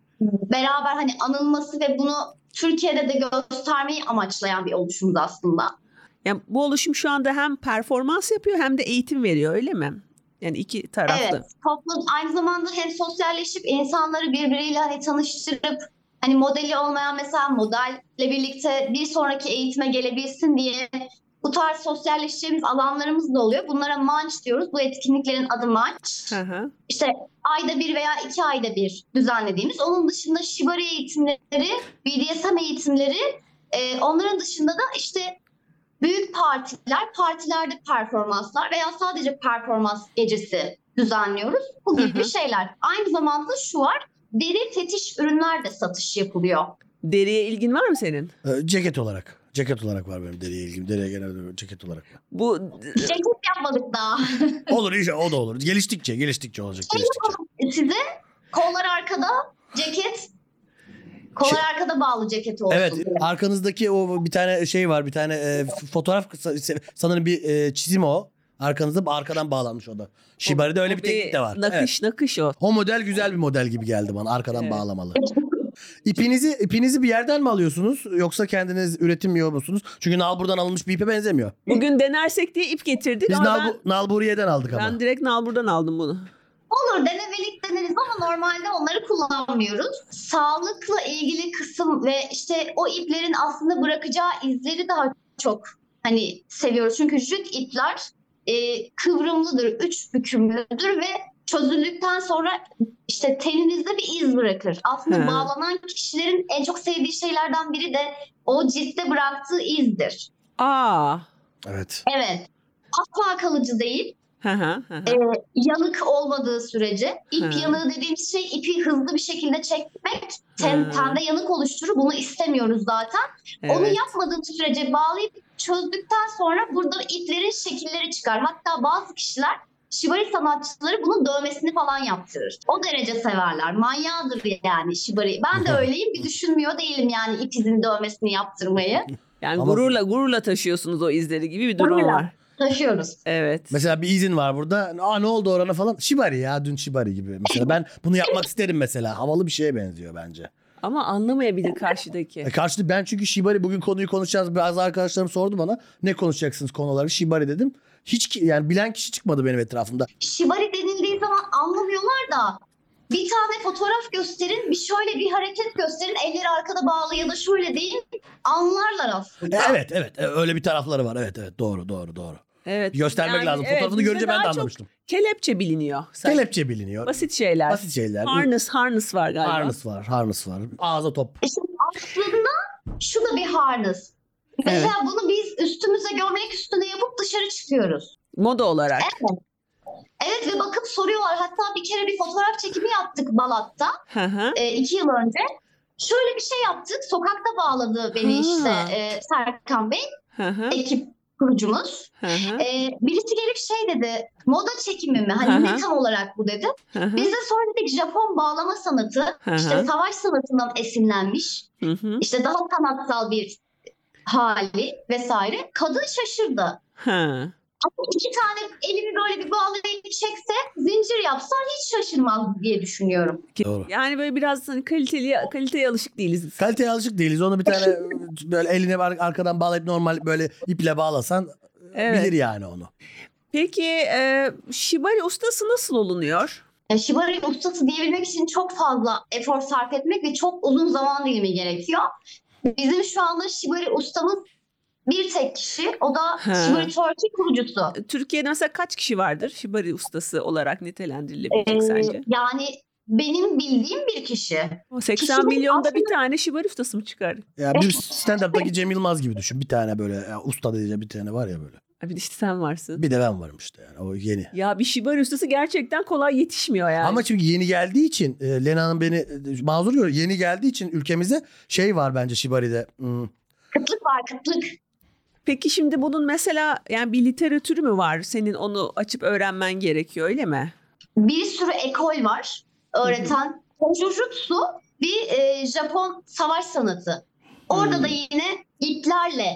beraber hani anılması ve bunu Türkiye'de de göstermeyi amaçlayan bir oluşumuz aslında. Yani bu oluşum şu anda hem performans yapıyor hem de eğitim veriyor, öyle mi? Yani iki taraflı. Evet. Toplum aynı zamanda hem sosyalleşip insanları birbiriyle hani tanıştırıp hani modeli olmayan mesela modelle birlikte bir sonraki eğitime gelebilsin diye bu tarz sosyalleşeceğimiz alanlarımız da oluyor. Bunlara Munch diyoruz. Bu etkinliklerin adı Munch. Hı hı. İşte ayda bir veya iki ayda bir düzenlediğimiz. Onun dışında Shibari eğitimleri, B D S M eğitimleri, e, onların dışında da işte büyük partiler, partilerde performanslar veya sadece performans gecesi düzenliyoruz. Bu gibi Hı hı. şeyler. Aynı zamanda şu var, deri fetiş ürünler de satış yapılıyor. Deriye ilgin var mı senin? Ee, ceket olarak. Ceket olarak var benim deriye ilgim. Deriye genelde ceket olarak var. Bu Ceket yapmadık daha. Olur inşallah, o da olur. Geliştikçe, geliştikçe olacak. Geliştikçe. Size kollar arkada, ceket, kollar Şey- arkada bağlı ceket olsun. Evet, diye. arkanızdaki o bir tane şey var, bir tane e, f- fotoğraf, sanırım bir e, çizim o. Arkanızda arkadan bağlanmış o da. Shibari'de öyle bir teknik de var. Evet. nakış nakış o. O model güzel bir model gibi geldi bana, arkadan Evet. bağlamalı. İpinizi ipinizi bir yerden mi alıyorsunuz yoksa kendiniz üretim mi yapıyorsunuz? Çünkü nalburdan alınmış bir ipe benzemiyor. Bugün denersek diye ip getirdik Biz ama nalbu, nalburiye'den aldık ben, ama. ben direkt nalburdan aldım bunu. Olur, denemelik deneriz ama normalde onları kullanmıyoruz. Sağlıkla ilgili kısım ve işte o iplerin aslında bırakacağı izleri daha çok hani seviyoruz. Çünkü jüt ipler e, kıvrımlıdır, üç bükümlüdür ve çözüldükten sonra işte teninizde bir iz bırakır. Aslında He. bağlanan kişilerin en çok sevdiği şeylerden biri de o ciltte bıraktığı izdir. Aa. Evet. Evet, asla kalıcı değil. Hı hı hı. Ee, yanık olmadığı sürece. İp Hı. yanığı dediğimiz şey ipi hızlı bir şekilde çekmek. Ten, Hı. tende yanık oluşturur. Bunu istemiyoruz zaten. Onu Evet. yapmadığımız sürece bağlayıp çözdükten sonra burada iplerin şekilleri çıkar. Hatta bazı kişiler, Shibari sanatçıları bunun dövmesini falan yaptırır. O derece severler. Manyağıdır yani Shibari. Ben de öyleyim. Bir düşünmüyor değilim yani ip izini dövmesini yaptırmayı. Yani Ama- gururla gururla taşıyorsunuz o izleri gibi bir durum Gururla. var. Taşıyoruz. Evet. Mesela bir izin var burada. Aa, ne oldu orana falan? Shibari ya, dün Shibari gibi. Mesela ben bunu yapmak isterim mesela. Havalı bir şeye benziyor bence. Ama anlamayabilir karşıdaki. E karşıda ben, çünkü Shibari, bugün konuyu konuşacağız. Bazı arkadaşlarım sordu bana. Ne konuşacaksınız konu olarak? Shibari dedim. Hiç ki- yani bilen kişi çıkmadı benim etrafımda. Shibari denildiği zaman anlamıyorlar da bir tane fotoğraf gösterin, bir şöyle bir hareket gösterin, elleri arkada bağlı ya da şöyle deyin, anlarlar aslında. E, evet evet e, öyle bir tarafları var. Evet evet, doğru doğru doğru. Evet. Göstermek Yani lazım. evet, Fotoğrafını bizde görünce ben daha de çok anlamıştım. Kelepçe biliniyor. Sadece. Kelepçe biliniyor. Basit şeyler. Basit şeyler. Harness, harness var galiba. Harness var, harness var. Ağza top. İşte aslında şu da bir harness. Mesela bunu biz üstümüze gömlek üstüne yapıp dışarı çıkıyoruz. Moda olarak. Evet ve bakıp soruyorlar. Hatta bir kere bir fotoğraf çekimi yaptık Balat'ta Hı hı. e, iki yıl önce. Şöyle bir şey yaptık. Sokakta bağladı beni Ha. işte e, Serkan Bey, Hı hı. ekip kurucumuz. Hı hı. Ee, birisi gelip şey dedi, moda çekimi mi? Hı Hani hı. ne tam olarak bu dedi. Hı hı. Biz de sonra dedik Japon bağlama sanatı, Hı hı. işte savaş sanatından esinlenmiş, Hı hı. işte daha sanatsal bir hali vesaire. Kadın şaşırdı. Hı. Ama iki tane elini böyle bir bağlayıp çekse, zincir yapsa hiç şaşırmaz diye düşünüyorum. Doğru. Yani böyle biraz hani kaliteli, kaliteye alışık değiliz. Kaliteye alışık değiliz. Onu bir tane böyle eline ar- arkadan bağlayıp normal böyle iple bağlasan Evet. bilir yani onu. Peki e, Shibari ustası nasıl olunuyor? Ya Shibari ustası diyebilmek için çok fazla efor sarf etmek ve çok uzun zaman dilimi gerekiyor. Bizim şu anda Shibari ustamız bir tek kişi. O da Ha. Shibari Turkey kurucusu. Türkiye'de mesela kaç kişi vardır Shibari ustası olarak nitelendirilebilecek Ee, sence? Yani benim bildiğim bir kişi. O seksen kişinin milyonda bir aslında- tane Shibari ustası mı çıkar? Ya bir stand-up'taki Cem Yılmaz gibi düşün. Bir tane böyle ya, usta diyeceğim bir tane var ya böyle. Abi işte sen varsın. Bir de ben varım işte yani, o yeni. Ya bir Shibari ustası gerçekten kolay yetişmiyor yani. Ama çünkü yeni geldiği için e, Lena Hanım beni e, mazur görüyor. Yeni geldiği için ülkemize şey var bence Shibari'de. Hmm. Kıtlık var, kıtlık. Peki şimdi bunun mesela yani bir literatürü mü var? Senin onu açıp öğrenmen gerekiyor öyle mi? Bir sürü ekol var öğreten. Jujutsu bir e, Japon savaş sanatı. Orada Hı. da yine iplerle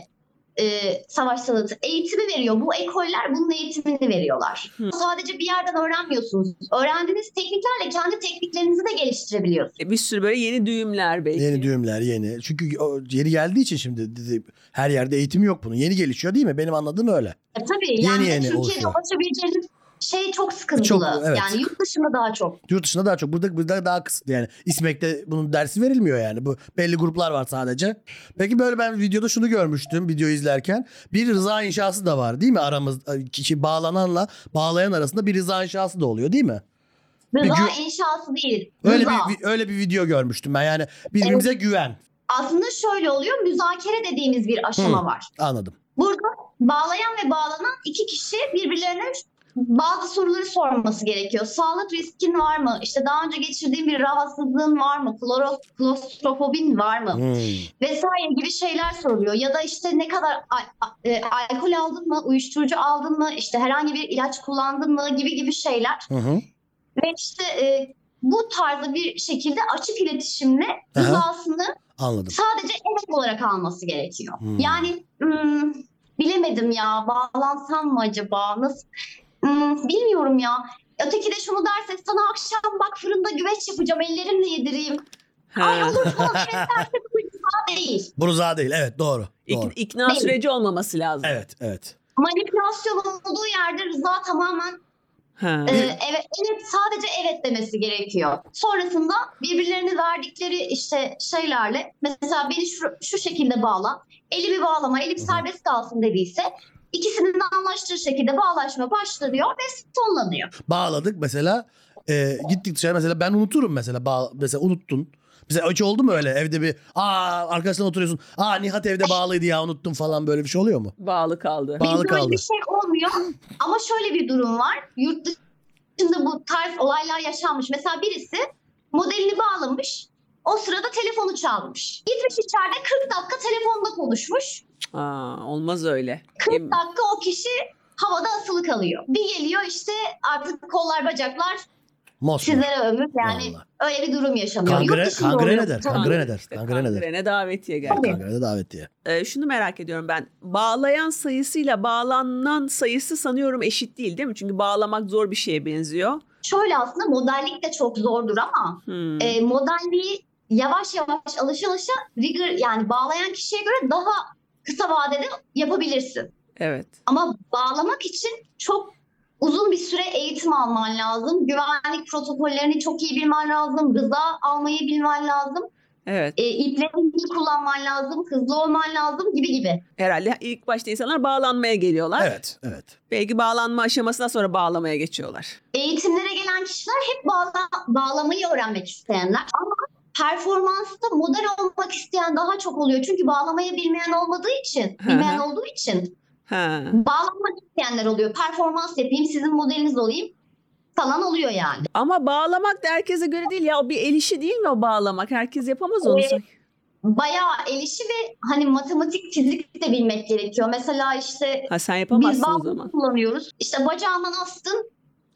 e, savaş sanatı eğitimi veriyor. Bu ekoller bunun eğitimini veriyorlar. Hı. Sadece bir yerden öğrenmiyorsunuz. Öğrendiğiniz tekniklerle kendi tekniklerinizi de geliştirebiliyorsunuz. E, bir sürü böyle yeni düğümler belki. Yeni düğümler yeni. Çünkü o yeni geldiği için şimdi dedi, her yerde eğitimi yok bunun. Yeni gelişiyor değil mi? Benim anladığım öyle. E, tabii Yeni yani yeni Türkiye'de oluşuyor. ulaşabileceğiniz şey çok sıkıntılı. Çok, evet. Yani yurt dışında daha çok. Yurt dışında daha çok. Burada, burada daha kısıtlı yani. İSMEK'te bunun dersi verilmiyor yani. Bu belli gruplar var sadece. Peki böyle ben videoda şunu görmüştüm videoyu izlerken. Bir rıza inşası da var değil mi? Aramız kişi bağlananla bağlayan arasında bir rıza inşası da oluyor değil mi? Rıza gü- inşası değil. Öyle Rıza. bir öyle bir video görmüştüm ben. Yani birbirimize güven. Aslında şöyle oluyor. Müzakere dediğimiz bir aşama Hı. var. Anladım. Burada bağlayan ve bağlanan iki kişi birbirlerine bazı soruları sorması gerekiyor. Sağlık riskin var mı? İşte daha önce geçirdiğin bir rahatsızlığın var mı? Kloro, klostrofobin var mı? Hmm. Vesaire gibi şeyler soruluyor. Ya da işte ne kadar al- a- e, alkol aldın mı? Uyuşturucu aldın mı? İşte herhangi bir ilaç kullandın mı? Gibi gibi şeyler. Hı hı. Ve işte e, bu tarzda bir şekilde açık iletişimle Aha. rızasını Anladım. sadece evet olarak alması gerekiyor. Hmm. Yani hmm, bilemedim ya, bağlansam mı acaba? Nasıl? Hmm, bilmiyorum ya. Öteki de şunu derse, sana akşam bak fırında güveç yapacağım, ellerimle yedireyim. Ha. Ay olur falan, evet derse bu rıza değil. Bu rıza değil. Evet doğru. İk- Doğru. ikna Değil. süreci olması lazım. Evet evet. Manipülasyon olduğu yerde rıza tamamen Ha. e, evet, evet sadece evet demesi gerekiyor. Sonrasında birbirlerini verdikleri işte şeylerle, mesela beni şu, şu şekilde bağla, elimi bağlama, elim serbest kalsın dediyse ikisinin de anlaştığı şekilde bağlaşma başlanıyor ve sonlanıyor. Bağladık mesela e, gittik dışarı mesela ben unuturum mesela bağ, mesela unuttun. Mesela hiç oldu mu öyle evde bir aa arkadaşlar oturuyorsun aa Nihat evde bağlıydı ya unuttum falan böyle bir şey oluyor mu? Bağlı kaldı. Bağlı Bizde öyle kaldı. bir şey olmuyor ama şöyle bir durum var. Yurt dışında bu tarz olaylar yaşanmış. Mesela birisi modelini bağlamış, o sırada telefonu çalmış. Gitmiş içeride kırk dakika telefonda konuşmuş. Aa, olmaz öyle. kırk Em- dakika o kişi havada asılı kalıyor. Bir geliyor işte artık kollar bacaklar Mosmor. sizlere ömür, yani Vallahi. öyle bir durum yaşanıyor. Kangre, Yurt dışında kangren oluyor. eder. Tabii. Kangren eder. İşte Kangren eder. kangrene davetiye geldi. Tabii. Kangrene davet diye. Ee, şunu merak ediyorum ben. Bağlayan sayısıyla bağlanan sayısı sanıyorum eşit değil değil mi? Çünkü bağlamak zor bir şeye benziyor. Şöyle aslında modellik de çok zordur ama Hmm. e, modelliği yavaş yavaş alışa alışa rigor, yani bağlayan kişiye göre daha kısa vadede yapabilirsin. Evet. Ama bağlamak için çok uzun bir süre eğitim alman lazım. Güvenlik protokollerini çok iyi bilmen lazım. Rıza almayı bilmen lazım. Evet. E, iplerini iyi kullanman lazım. Hızlı olman lazım gibi gibi. Herhalde ilk başta insanlar bağlanmaya geliyorlar. Evet, evet. Belki bağlanma aşamasından sonra bağlamaya geçiyorlar. Eğitimlere gelen kişiler hep bağla, bağlamayı öğrenmek isteyenler. Ama performansta model olmak isteyen daha çok oluyor. Çünkü bağlamayı bilmeyen olmadığı için, Hı bilmeyen hı. olduğu için Ha. bağlanmak isteyenler oluyor. Performans yapayım, sizin modeliniz olayım falan oluyor yani. Ama bağlamak da herkese göre değil ya. O bir el işi değil mi o bağlamak? Herkes yapamaz onu. Evet. Bayağı el işi ve hani matematik, fizik de bilmek gerekiyor. Mesela işte Ha sen biz yapamazsın o bağlama zaman. kullanıyoruz. İşte bacağından astın.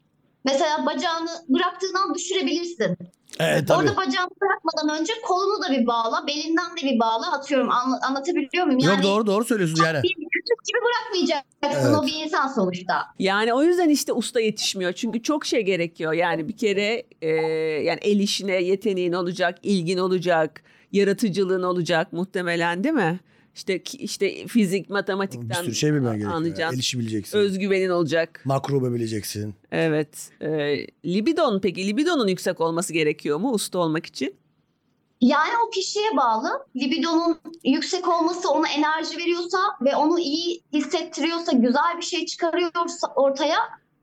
Mesela bacağını bıraktığın an düşürebilirsin. Evet tabii. Orada bacağını bırakmadan önce kolunu da bir bağla, belinden de bir bağla. Atıyorum, anla- anlatabiliyor muyum? Yani Yok doğru doğru söylüyorsun yani. bir küçük gibi bırakmayacaksın. Evet. O bir insan sonuçta. Yani o yüzden işte usta yetişmiyor. Çünkü çok şey gerekiyor. Yani bir kere e, yani el işine yeteneğin olacak, ilgin olacak, yaratıcılığın olacak muhtemelen değil mi? İşte ki- işte fizik, Bir matematikten sürü şey bilmen gerekiyor. anlayacaksın. El işi bileceksin. Özgüvenin olacak. Makrobe bileceksin. Evet. E, libidon peki libidonun yüksek olması gerekiyor mu usta olmak için? Yani o kişiye bağlı. Libidonun yüksek olması ona enerji veriyorsa ve onu iyi hissettiriyorsa, güzel bir şey çıkarıyorsa ortaya,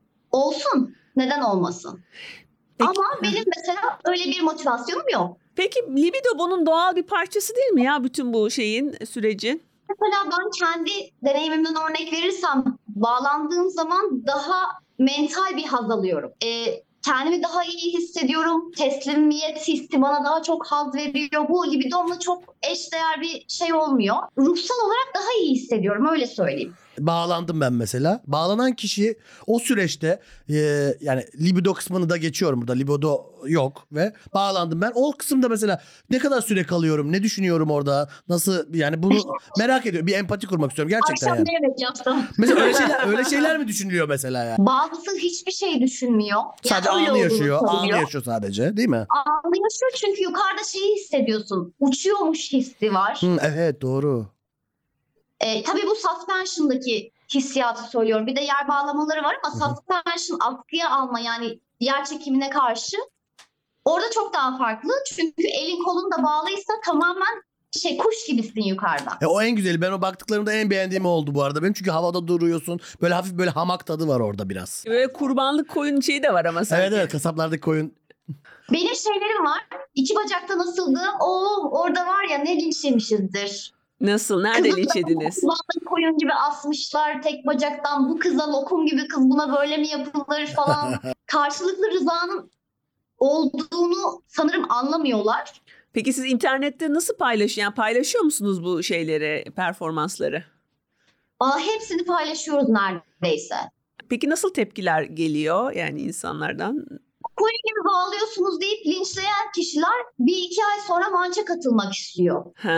olsun. Neden olmasın? Peki- Ama benim mesela öyle bir motivasyonum yok. Peki libido bunun doğal bir parçası değil mi ya bütün bu şeyin sürecin? Mesela ben kendi deneyimimden örnek verirsem, bağlandığım zaman daha mental bir haz alıyorum. Ee, kendimi daha iyi hissediyorum. Teslimiyet hissi bana daha çok haz veriyor. Bu libidomla çok eşdeğer bir şey olmuyor. Ruhsal olarak daha iyi hissediyorum, öyle söyleyeyim. Bağlandım ben mesela. Bağlanan kişi o süreçte e, yani libido kısmını da geçiyorum burada. Libido yok ve bağlandım ben. O kısımda mesela ne kadar süre kalıyorum? Ne düşünüyorum orada? Nasıl yani bunu merak ediyorum. Bir empati kurmak istiyorum gerçekten Akşam yani. ne yemek yaptım? Mesela öyle şeyler öyle şeyler mi düşünülüyor mesela ya? Bazısı hiçbir şey düşünmüyor. Sadece öyle anı olduğunu yaşıyor. Anı sanıyor. yaşıyor sadece, değil mi? Anı yaşıyor çünkü yukarıda şeyi hissediyorsun. Uçuyormuş hissi var. Hı, evet doğru. E, tabii bu suspension'daki hissiyatı söylüyorum. Bir de yer bağlamaları var ama Hı hı. suspension askıya alma yani yer çekimine karşı orada çok daha farklı. Çünkü elin kolun da bağlıysa tamamen şey kuş gibisin yukarıda. E, o en güzeli. Ben o baktıklarımda en beğendiğim oldu bu arada benim. Çünkü havada duruyorsun. Böyle hafif böyle hamak tadı var orada biraz. Böyle kurbanlık koyun şeyi de var ama sanki. Evet evet, kasaplardaki koyun. Benim şeylerim var. İki bacakta nasıldığım o orada var ya ne linç yemişizdir. Nasıl? Nerede linç ediniz? Kulağını koyun gibi asmışlar tek bacaktan. Bu kıza lokum gibi kız buna böyle mi yapılır falan. Karşılıklı rızanın olduğunu sanırım anlamıyorlar. Peki siz internette nasıl paylaşıyor? Yani paylaşıyor musunuz bu şeyleri, performansları? Aa, hepsini paylaşıyoruz neredeyse. Peki nasıl tepkiler geliyor yani insanlardan? Koyun gibi bağlıyorsunuz deyip linçleyen kişiler bir iki ay sonra maça katılmak istiyor. Ha.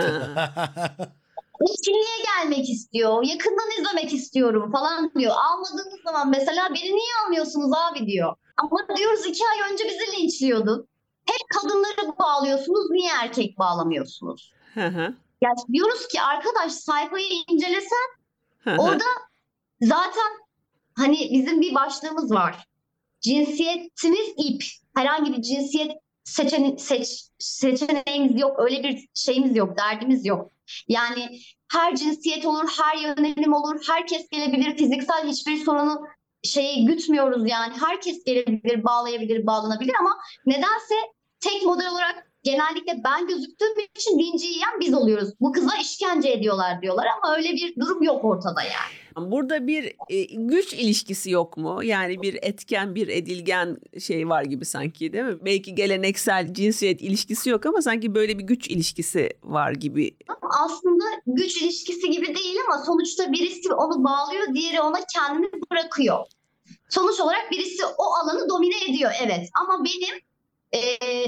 Etkinliğe gelmek istiyor. Yakından izlemek istiyorum falan diyor. Almadığınız zaman mesela beni niye almıyorsunuz abi diyor. Ama diyoruz iki ay önce bizi linçliyordun. Hep kadınları bağlıyorsunuz. Niye erkek bağlamıyorsunuz? Hı hı. Yani diyoruz ki arkadaş sayfayı incelesen Hı hı. orada zaten hani bizim bir başlığımız var. Cinsiyetiniz ip. Herhangi bir cinsiyet seçene seç seçeneğimiz yok. Öyle bir şeyimiz yok. Derdimiz yok. Yani her cinsiyet olur, her yönelim olur. Herkes gelebilir. Fiziksel hiçbir sorunu şeyi gütmüyoruz yani. Herkes gelebilir, bağlayabilir, bağlanabilir ama nedense tek model olarak genellikle ben gözüktüğüm için linci yiyen biz oluyoruz. Bu kıza işkence ediyorlar diyorlar ama öyle bir durum yok ortada yani. Burada bir e, güç ilişkisi yok mu? Yani bir etken, bir edilgen şey var gibi sanki, değil mi? Belki geleneksel cinsiyet ilişkisi yok ama sanki böyle bir güç ilişkisi var gibi. Aslında güç ilişkisi gibi değil ama sonuçta birisi onu bağlıyor, diğeri ona kendini bırakıyor. Sonuç olarak birisi o alanı domine ediyor, evet. Ama benim e,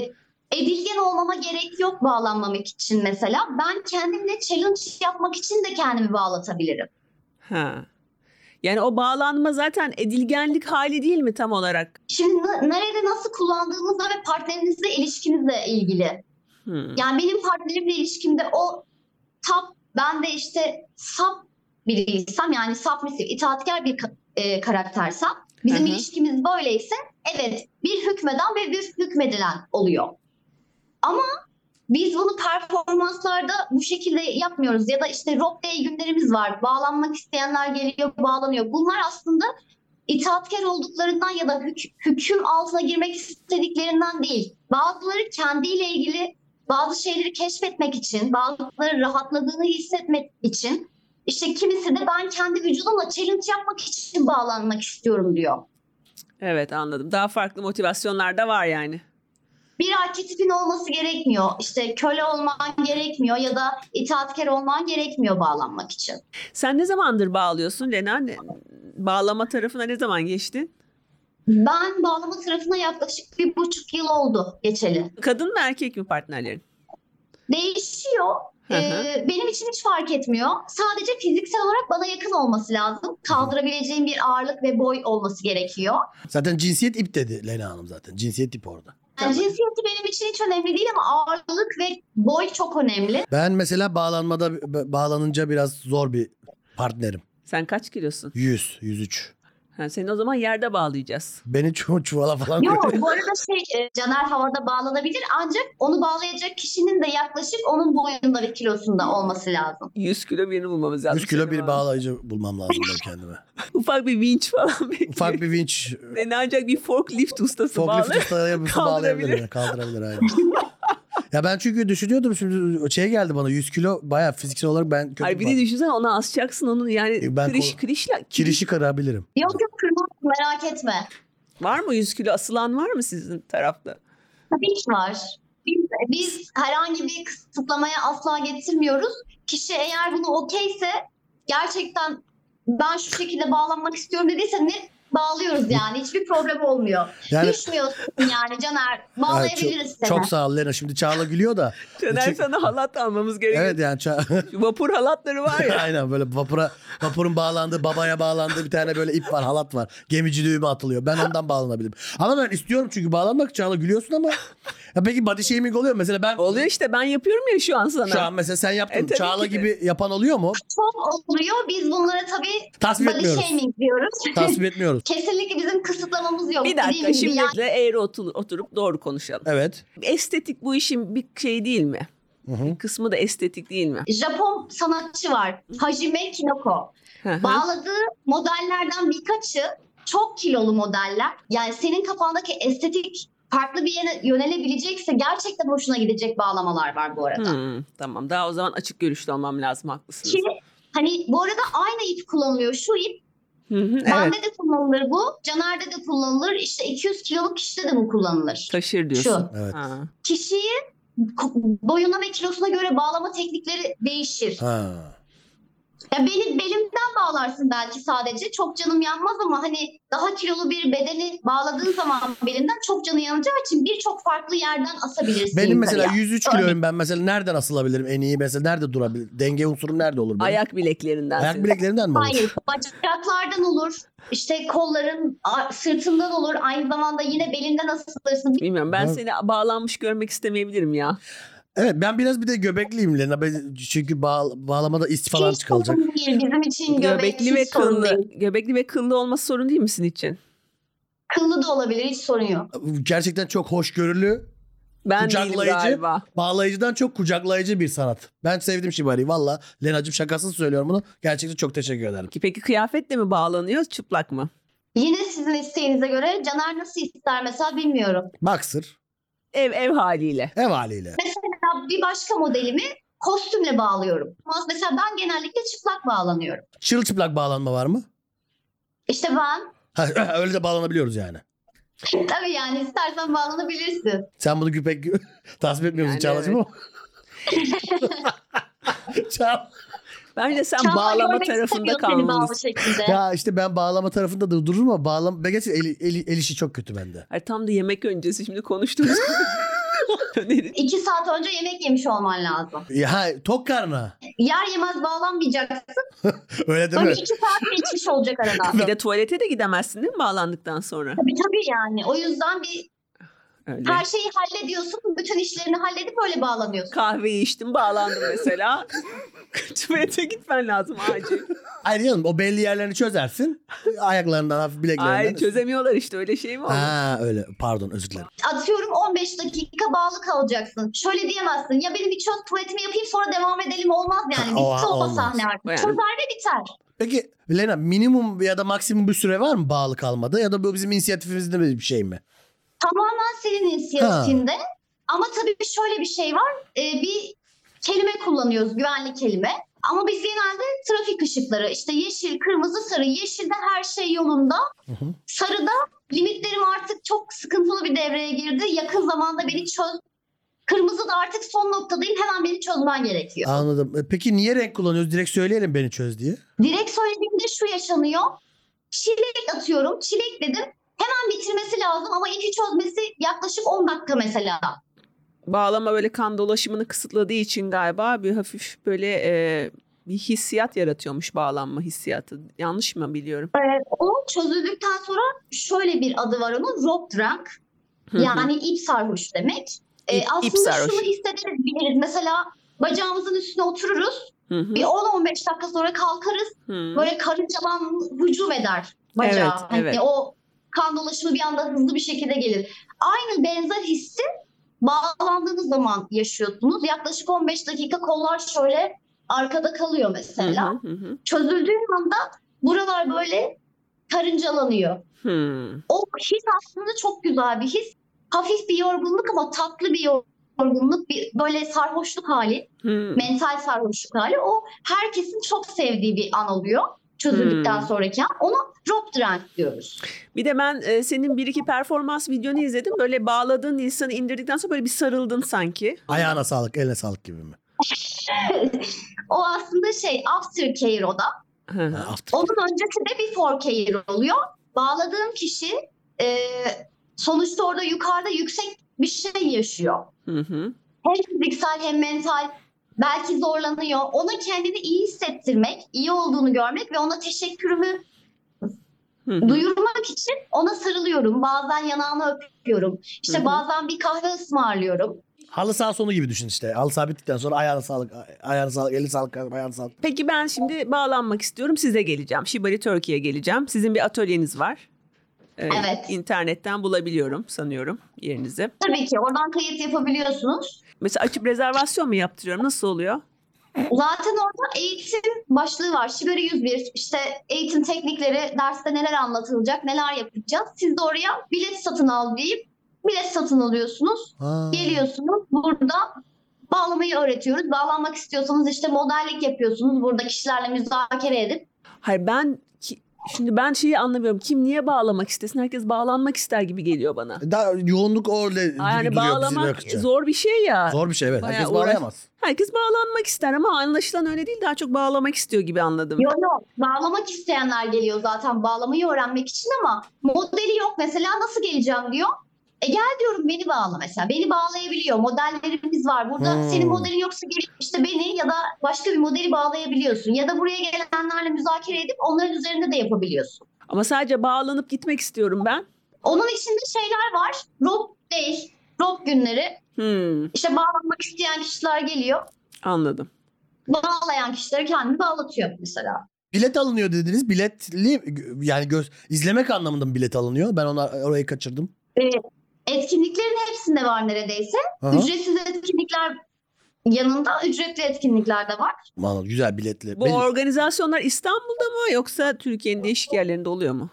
edilgen olmama gerek yok bağlanmamak için mesela. Ben kendimle challenge yapmak için de kendimi bağlatabilirim. Ha. Yani o bağlanma zaten edilgenlik hali değil mi tam olarak? Şimdi n- nerede nasıl kullandığınızla ve partnerinizle ilişkinizle ilgili. Hmm. Yani benim partnerimle ilişkimde o tap, ben de işte sap biriysem yani submissive, itaatkar bir ka- e, karaktersem bizim Hı hı. ilişkimiz böyleyse evet bir hükmeden ve bir hükmedilen oluyor. Ama biz bunu performanslarda bu şekilde yapmıyoruz. Ya da işte rock day günlerimiz var. Bağlanmak isteyenler geliyor, bağlanıyor. Bunlar aslında itaatkar olduklarından ya da hük- hüküm altına girmek istediklerinden değil. Bazıları kendiyle ilgili bazı şeyleri keşfetmek için, bazıları rahatladığını hissetmek için, işte kimisi de ben kendi vücudumla challenge yapmak için bağlanmak istiyorum diyor. Evet, anladım. Daha farklı motivasyonlar da var yani. Bir arketipin olması gerekmiyor. İşte köle olman gerekmiyor ya da itaatkar olman gerekmiyor bağlanmak için. Sen ne zamandır bağlıyorsun Lena? Ne- Bağlama tarafına ne zaman geçtin? Ben bağlama tarafına yaklaşık bir buçuk yıl oldu geçeli. Kadın mı erkek mi partnerlerin? Değişiyor. Hı hı. Ee, benim için hiç fark etmiyor. Sadece fiziksel olarak bana yakın olması lazım. Kaldırabileceğim bir ağırlık ve boy olması gerekiyor. Zaten cinsiyet ip dedi Lena Hanım zaten. Cinsiyet ip orada. Yani cinsiyeti benim için hiç önemli değil ama ağırlık ve boy çok önemli. Ben mesela bağlanmada b- bağlanınca biraz zor bir partnerim. Sen kaç kilosun? yüz, yüz üç. Ha, seni o zaman yerde bağlayacağız. Beni çu- çuvala falan Yok koyuyor. bu arada şey e, Caner havada bağlanabilir ancak onu bağlayacak kişinin de yaklaşık onun boyunda ve kilosunda olması lazım. yüz kilo birini bulmamız lazım. yüz kilo seni bir bağla- bağlayıcı bulmam lazım ben kendime. Ufak bir vinç falan bekliyor. Ufak bir vinç, Seni ancak bir forklift ustası forklift bağlar. ustaya bir Kaldırabilir. bağlayabilir. Kaldırabilir aynen. Ya ben çünkü düşünüyordum şimdi şey geldi bana yüz kilo bayağı fiziksel olarak ben kötü Hayır bir bir de düşünsene onu asacaksın onu yani E, ben kiriş, kol- kirişle. kirişi kırabilirim. Yok yok kırmaz merak etme. Var mı yüz kilo asılan var mı sizin tarafta? Tabii ki var. Biz, biz herhangi bir kısıtlamaya asla getirmiyoruz. Kişi eğer bunu okeyse gerçekten ben şu şekilde bağlanmak istiyorum dediyse net bağlıyoruz yani. Hiçbir problem olmuyor. Yani Düşmüyorsun yani Caner. Bağlayabiliriz çok, seni. çok sağ ol Lena. Şimdi Çağla gülüyor da. Caner Çünkü- sana halat almamız gerekiyor. Evet yani Ça- Şu vapur halatları var ya. Aynen böyle vapura vapurun bağlandığı, babaya bağlandığı bir tane böyle ip var, halat var. Gemici düğümü atılıyor. Ben ondan bağlanabilirim. Ama ben istiyorum çünkü bağlanmak. Çağla gülüyorsun ama. Ya peki body shaming oluyor mu? Mesela ben Oluyor işte, ben yapıyorum ya şu an sana. şu an mesela sen yaptın. E, tabii Çağla ki de. gibi yapan oluyor mu? Çok oluyor. Biz bunlara tabii Tasvip body etmiyoruz. shaming diyoruz. Tasvip etmiyoruz. Kesinlikle bizim kısıtlamamız yok. Bir dakika, Dediğim gibi şimdi yani de eğri otur- oturup doğru konuşalım. Evet. Estetik bu işin bir şey değil mi? Hı hı. Bir kısmı da estetik değil mi? Japon sanatçı var. Hajime Kinoko. Hı hı. Bağladığı modellerden birkaçı çok kilolu modeller. Yani senin kafandaki estetik farklı bir yere yönelebilecekse gerçekten hoşuna gidecek bağlamalar var bu arada. Hmm, tamam, daha o zaman açık görüşlü olmam lazım, haklısınız. Ki hani bu arada aynı ip kullanılıyor. Şu ip Hı hı, evet, bende de kullanılır bu. Caner'de de kullanılır. İşte iki yüz kiloluk kişide de bu kullanılır. taşır diyorsun. Şu. Evet. Ha. Kişiyi ko- boyuna ve kilosuna göre bağlama teknikleri değişir. Ha. Ya beni belimden bağlarsın belki sadece. Çok canım yanmaz ama hani daha kilolu bir bedeni bağladığın zaman belimden çok canı yanacağı için birçok farklı yerden asabilirsin. Benim mesela yukarıya. yüz üç kiloyum ben. Mesela nereden asılabilirim en iyi? Mesela nerede durabilirim? Denge unsurum nerede olur benim? Ayak bileklerinden. Ayak senin. bileklerinden mi olur? Hayır, bacaklardan olur. İşte kolların a- sırtından olur. Aynı zamanda yine belinden asılırsın. Bilmiyorum, ben Ha. seni bağlanmış görmek istemeyebilirim ya. Evet, ben biraz bir de göbekliyim Lena. Ben- çünkü bağ, bağlamada ist falan Hiç çıkılacak. sorun değil. Bizim için göbek Göbekli hiç ve sorun kıllı. değil. Göbekli ve kıllı olması sorun değil misin için? Kıllı da olabilir. Hiç sorun yok. Gerçekten çok hoşgörülü. Ben değilim Kucaklayıcı. galiba. Bağlayıcıdan çok kucaklayıcı bir sanat. Ben sevdim Şibari'yi valla. Lena'cığım şakasız söylüyorum bunu. Gerçekten çok teşekkür ederim. Ki peki kıyafetle mi bağlanıyor, çıplak mı? Yine sizin isteğinize göre Caner nasıl ister mesela bilmiyorum. Boxer. Ev ev haliyle. Ev haliyle. Mesela bir başka modelimi kostümle bağlıyorum. Ama mesela ben genellikle çıplak bağlanıyorum. Çırılçıplak bağlanma var mı? İşte ben Ha, öyle de bağlanabiliyoruz yani. tabii yani istersen bağlanabilirsin. Sen bunu pek tasvip etmiyor musun Yani Çağla'cığım ama? Çağla. Bence sen Çağla bağlama görmek tarafında istemiyor seni bağlı kalmalısın. şekilde. Ya işte ben bağlama tarafında da dururum ama bağlama... Ben gerçekten el, el, el işi çok kötü bende. Ay, tam da yemek öncesi şimdi konuştuğumuz Önerin. İki saat önce yemek yemiş olman lazım. Ya, ha, tok karnına. Yer yemez bağlanmayacaksın. Öyle değil Böyle mi? iki saat geçmiş olacak arada. Bir de tuvalete de gidemezsin değil mi bağlandıktan sonra? Tabii tabii yani. O yüzden bir Öyle. her şeyi hallediyorsun. Bütün işlerini halledip öyle bağlanıyorsun. Kahveyi içtim, bağlandım mesela. Tuvalete gitmen lazım acil. Hayır canım, o belli yerlerini çözersin. Ayaklarından hafif bileklerinden. Ay, çözemiyorlar işte, öyle şey mi olur? Ha öyle, pardon, özür dilerim. Atıyorum on beş dakika bağlı kalacaksın. Şöyle diyemezsin. Ya benim bir çöz tuvaletimi yapayım sonra devam edelim olmaz yani. Ha, o- Bitti o olmaz. sahne artık. Yani- Çözer ve biter. Peki Lena, minimum ya da maksimum bir süre var mı bağlı kalmada, ya da bu bizim inisiyatifimizde bir şey mi? Tamamen senin inisiyatifinde. Ama tabii şöyle bir şey var. Ee, bir kelime kullanıyoruz. Güvenli kelime. Ama biz genelde trafik ışıkları işte yeşil, kırmızı, sarı. Yeşilde her şey yolunda. Hı hı. Sarıda limitlerim artık çok sıkıntılı bir devreye girdi. Yakın zamanda beni çöz. Kırmızıda artık son noktadayım. Hemen beni çözmen gerekiyor. Anladım. E, Peki niye renk kullanıyoruz? Direkt söyleyelim beni çöz diye. Direkt söylediğimde şu yaşanıyor. Çilek atıyorum. Çilek dedim. Hemen bitirmesi lazım ama ipi çözmesi yaklaşık on dakika mesela. Bağlama böyle kan dolaşımını kısıtladığı için galiba bir hafif böyle e, bir hissiyat yaratıyormuş, bağlanma hissiyatı. Yanlış mı biliyorum? Evet, o çözüldükten sonra şöyle bir adı var onun. Rope drunk. Hı hı. Yani ip sarhoş demek. Ee, İp- ip aslında sarhoş. şunu hissedebiliriz. Mesela bacağımızın üstüne otururuz. Hı hı. Bir on on beş dakika sonra kalkarız. Hı. Böyle karıncalan hücum eder bacağı. Evet, Hani evet. o kan dolaşımı bir anda hızlı bir şekilde gelir. Aynı benzer hissi bağlandığınız zaman yaşıyorsunuz. Yaklaşık on beş dakika kollar şöyle arkada kalıyor mesela. Hı hı hı. Çözüldüğü anda buralar böyle karıncalanıyor. Hı. O his aslında çok güzel bir his. Hafif bir yorgunluk ama tatlı bir yorgunluk, bir böyle sarhoşluk hali, Hı. mental sarhoşluk hali. O herkesin çok sevdiği bir an oluyor çözüldükten Hmm. sonraki an. Ona drop drunk diyoruz. Bir de ben e, senin bir iki performans videonu izledim. Böyle bağladığın insanı indirdikten sonra böyle bir sarıldın sanki. Ayağına sağlık, eline sağlık gibi mi? O aslında şey aftercare o da. Hı hı. Ha, after. Onun öncesinde before care oluyor. Bağladığım kişi e, sonuçta orada yukarıda yüksek bir şey yaşıyor. Hı hı. Hem fiziksel hem mental, belki zorlanıyor. Ona kendini iyi hissettirmek, iyi olduğunu görmek ve ona teşekkürümü Hı hı. duyurmak için ona sarılıyorum. Bazen yanağını öpüyorum. İşte Hı hı. bazen bir kahve ısmarlıyorum. Halı saha sonu gibi düşün işte. Halı saha bittikten sonra ayağına sağlık, ayağına sağlık, eli sağlık, ayağına sağlık. Peki ben şimdi bağlanmak istiyorum. Size geleceğim. Shibari Turkey'ye geleceğim. Sizin bir atölyeniz var. Ee, Evet. İnternetten bulabiliyorum sanıyorum yerinizi. Tabii ki oradan kayıt yapabiliyorsunuz. Mesela açıp rezervasyon mu yaptırıyorum? Nasıl oluyor? Zaten orada eğitim başlığı var. Shibari yüz bir, işte eğitim teknikleri, derste neler anlatılacak, neler yapacağız. Siz de oraya bilet satın al deyip bilet satın alıyorsunuz. Ha. Geliyorsunuz. Burada bağlamayı öğretiyoruz. Bağlanmak istiyorsanız işte modellik yapıyorsunuz. Burada kişilerle müzakere edip. Hayır ben ki, şimdi ben şeyi anlamıyorum. Kim niye bağlamak istesin? Herkes bağlanmak ister gibi geliyor bana. Daha yoğunluk orada gibi Yani duruyor bizim bağlamak bakınca. zor bir şey ya. Zor bir şey evet. Bayağı Herkes uğraş- bağlayamaz. Herkes bağlanmak ister ama anlaşılan öyle değil. Daha çok bağlamak istiyor gibi anladım. Yok yok, bağlamak isteyenler geliyor zaten bağlamayı öğrenmek için ama modeli yok. Mesela nasıl geleceğim diyor. E gel diyorum, beni bağla mesela. Beni bağlayabiliyor. Modellerimiz var. Burada Hmm. senin modelin yoksa gelip işte beni ya da başka bir modeli bağlayabiliyorsun. Ya da buraya gelenlerle müzakere edip onların üzerinde de yapabiliyorsun. Ama sadece bağlanıp gitmek istiyorum ben. Onun içinde şeyler var. Rob Day, Rob günleri. Hmm, İşte bağlanmak isteyen kişiler geliyor. anladım. Bağlayan kişileri kendini bağlatıyor mesela. Bilet alınıyor dediniz. Biletli yani göz izlemek anlamında mı bilet alınıyor? Ben ona orayı kaçırdım. Ee, etkinliklerin hepsinde var neredeyse. Aha. Ücretsiz etkinlikler yanında ücretli etkinlikler de var. Anladım. Güzel biletli. Bu Benim- organizasyonlar İstanbul'da mı yoksa Türkiye'nin değişik yerlerinde oluyor mu?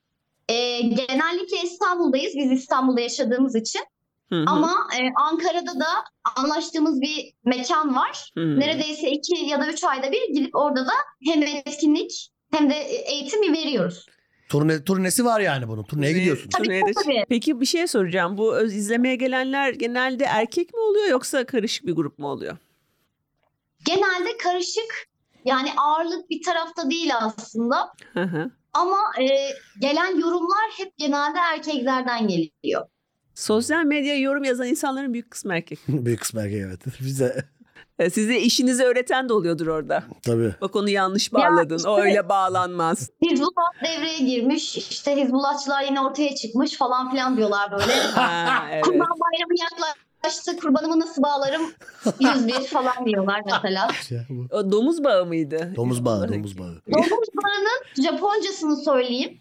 Ee, genellikle İstanbul'dayız. Biz İstanbul'da yaşadığımız için. Hı hı. Ama e, Ankara'da da anlaştığımız bir mekan var. Hı. Neredeyse iki ya da üç ayda bir gidip orada da hem etkinlik hem de eğitim veriyoruz. Turne, turnesi var yani bunun. Turneye Ve- gidiyorsun. Turneye de- tabii. Peki bir şey soracağım. Bu öz izlemeye gelenler genelde erkek mi oluyor yoksa karışık bir grup mu oluyor? Genelde karışık, yani ağırlık bir tarafta değil aslında. Hı hı. Ama e, gelen yorumlar hep genelde erkeklerden geliyor. Sosyal medyaya yorum yazan insanların büyük kısmı erkek. Büyük kısmı erkek evet. Bize E, Size işinizi öğreten de oluyordur orada. tabii. Bak onu yanlış bağladın. işte- O öyle bağlanmaz. Hizbullah devreye girmiş, işte Hizbullahçılar yine ortaya çıkmış falan filan diyorlar böyle. Ha, evet. Kurban bayramı yaklaştı, kurbanımı nasıl bağlarım yüz bir falan diyorlar mesela. Şey, bu. O domuz bağı mıydı? Domuz bağı, Onların- domuz bağı. Domuz bağının Japoncasını söyleyeyim.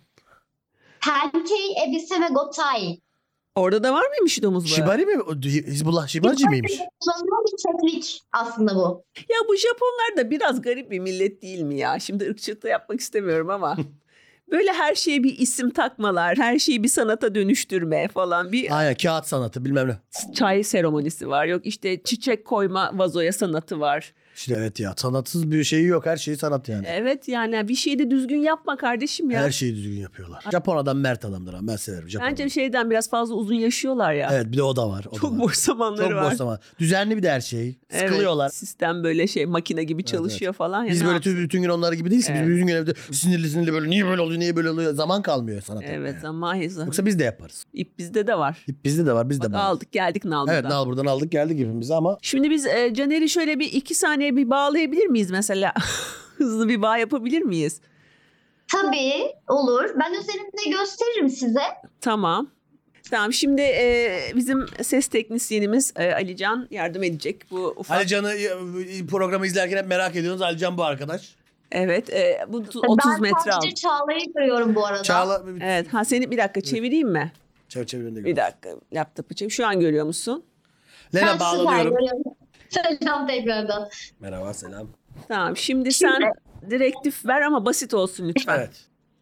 Tenkei ebiseme gotai. Orada da var mıymış domuz bağı? Şibari mi? O Hizbullah Şibarici miymiş? Kullanılan bir teknik aslında bu. Ya bu Japonlar da biraz garip bir millet değil mi ya? Şimdi ırkçılık da yapmak istemiyorum ama. Böyle her şeye bir isim takmalar, her şeyi bir sanata dönüştürme falan. Bir Aynen kağıt sanatı bilmem ne. çay seremonisi var. Yok işte çiçek koyma vazoya sanatı var. İşte evet ya sanatsız bir şeyi yok. Her şeyi sanat yani. Evet yani bir şeyi de düzgün yapma kardeşim ya. Her şeyi düzgün yapıyorlar. Japon adam mert adamdır ha. Ben severim Japon Bence adamı. şeyden biraz fazla uzun yaşıyorlar ya. Evet bir de o da var. O da Çok var. boş zamanları Çok var. boş zaman. Düzenli bir de her şey. Evet, Sıkılıyorlar. sistem böyle şey makine gibi çalışıyor falan. Ya Biz ne böyle yapsın? tüm, bütün gün onlar gibi değiliz ki. Evet. Biz bütün gün evde sinirli sinirli böyle niye böyle oluyor niye böyle oluyor. Zaman kalmıyor sanat. Evet yapmaya. zaman Yoksa biz de yaparız. İp bizde de var. İp bizde de var biz de Bak var. aldık geldik Nalbur'dan. Evet Nalbur'dan aldık geldik ipimizi ama Şimdi biz e, Caner'i şöyle bir iki saniye bir bağlayabilir miyiz mesela? Hızlı bir bağ yapabilir miyiz? Tabii olur. Ben üzerinde gösteririm size. Tamam. Tamam şimdi e, bizim ses teknisyenimiz e, Alican yardım edecek. Bu ufak. Alican'ı e, programı izlerken hep merak ediyorsunuz. Alican bu arkadaş. Evet e, bu tu- otuz ben metre sadece aldı. Çağla'yı görüyorum bu arada. Çağla Evet ha seni bir dakika çevireyim mi? Çevir çevirinde Bir gör. dakika laptopu çevir. Şu an görüyor musun? Ben Lena süper bağlanıyorum. görüyorum. Selam tekrardan. Merhaba selam. Tamam şimdi sen direktif ver ama basit olsun lütfen. Evet.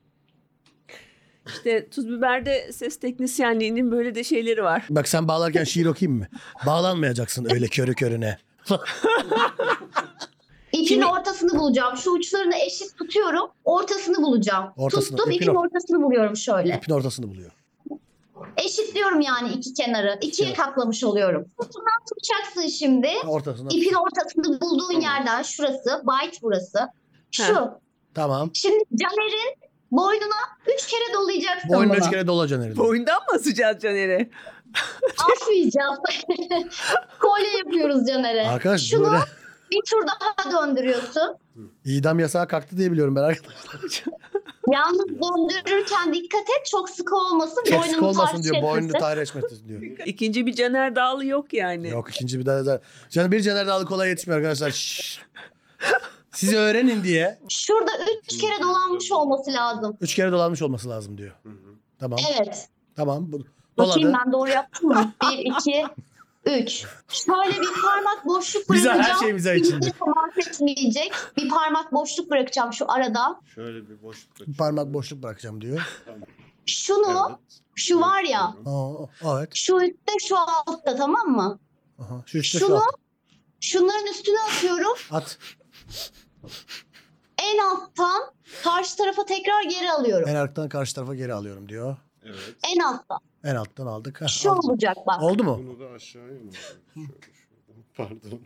İşte tuz biberde ses teknisyenliğinin böyle de şeyleri var. Bak sen bağlarken şiir okuyayım mı? Bağlanmayacaksın öyle körü körüne. İpin Kimi- ortasını bulacağım. Şu uçlarını eşit tutuyorum. Ortasını bulacağım. Ortasını, Tuttum, ipin ipin or- ortasını buluyorum şöyle. İpin ortasını buluyor. Eşitliyorum yani iki kenarı. İkiye Evet. katlamış oluyorum. Bundan tutacaksın şimdi. Ortasına. İpin ortasını bulduğun yerden şurası. Byte burası. Şu. Heh. Tamam. Şimdi Caner'in boynuna üç kere dolayacaksın Boynuna bunu. üç kere dolacaksın herhalde. Boyundan mı asacağız Caner'i? Asmayacağız. Kolye yapıyoruz Caner'e. Arkadaş Şunu böyle bir tur daha döndürüyorsun. idam yasağı kalktı diye biliyorum ben arkadaşlar. Yalnız döndürürken dikkat et, çok sıkı olmasın. Çok sık boynunu olmasın tahriş diyor. Boynunu etmesin. tahriş etmesin diyor. İkinci bir Caner Dağlı yok yani. Yok ikinci bir daha. Canım bir Caner Dağlı kolay yetişmiyor arkadaşlar. Şşş. Siz öğrenin diye Şurada üç kere dolanmış olması lazım. üç kere dolanmış olması lazım diyor. Tamam. Evet. Tamam. Bu- Bakayım Doladı. ben doğru yaptım mı? Bir, iki, üç. Şöyle bir parmak boşluk Bize bırakacağım. her şey bize içinde. Hiç fark etmeyecek. Bir parmak boşluk bırakacağım şu arada. Şöyle bir boşluk Bir parmak boşluk bırakacağım diyor. Şunu, Evet. şu var ya. Aa, evet. Şu üstte, şu altta, tamam mı? Aha. Şu işte şu Şunu, alt. şunların üstüne atıyorum. At. En alttan karşı tarafa tekrar geri alıyorum. En alttan karşı tarafa geri alıyorum diyor. Evet. En alttan. En alttan aldık. Heh, Şu aldık. olacak bak. Oldu mu? Bunu da aşağıya mı? Şöyle şuradan. Pardon.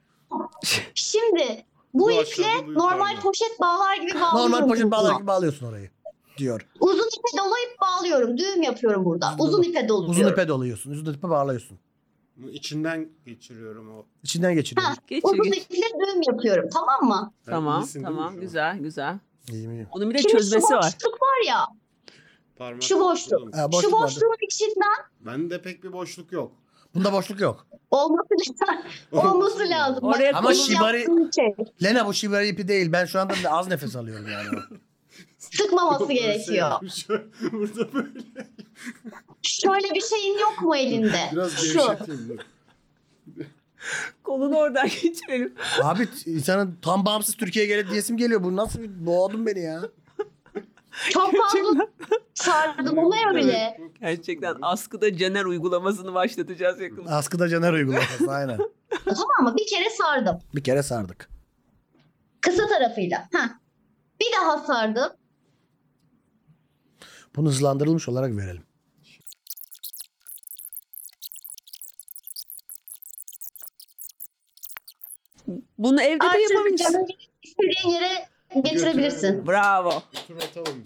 Şimdi bu, Bu iple aşağıda, bu normal yukarıda. poşet bağlar gibi bağlıyorum. Normal poşet bunu. bağlar gibi bağlıyorsun orayı diyor. Uzun ipe dolayıp bağlıyorum. Düğüm yapıyorum burada. Uzun- Uzun ipe doluyorum. Uzun ipe doluyorsun. Uzun ipe bağlıyorsun. Bunu içinden geçiriyorum o. İçinden geçiriyorsun. Ha, Geç, uzun geç. iple düğüm yapıyorum. Tamam mı? Sen Tamam iyisin değil mi tamam şu an? güzel güzel. İyi mi? Bunun bir de Şimdi çözmesi şu var. boşluk var ya. Parmak Şu boşluk. burada mı? Ha, Şu boşluk vardı. boşluğun içinden Bende pek bir boşluk yok. Bunda boşluk yok. olması, olması lazım. Oraya Bak, Ama benim şibari- yaptığım şey. Lena bu şibari ipi değil. Ben şu anda bile az nefes alıyorum yani. Sıkmaması Böyle gerekiyor. şey- Burada böyle. Şöyle bir şeyin yok mu elinde? Biraz Şu. gevşeteyim. dur. Kolunu oradan geçirelim. Abi insanın tam bağımsız Türkiye'ye gelip diyesim geliyor. Bu nasıl bir boğdun beni ya. Çok fazla sardım oluyor bile. Gerçekten askıda Caner uygulamasını başlatacağız yakında. Askıda Caner uygulaması aynen. Tamam mı? Bir kere sardım. Bir kere sardık. Kısa tarafıyla. Heh. Bir daha sardım. Bunu hızlandırılmış olarak verelim. Bunu evde de Artık yapabilirsin. canın istediğin yere getirebilirsin. Bravo. Tur atalım.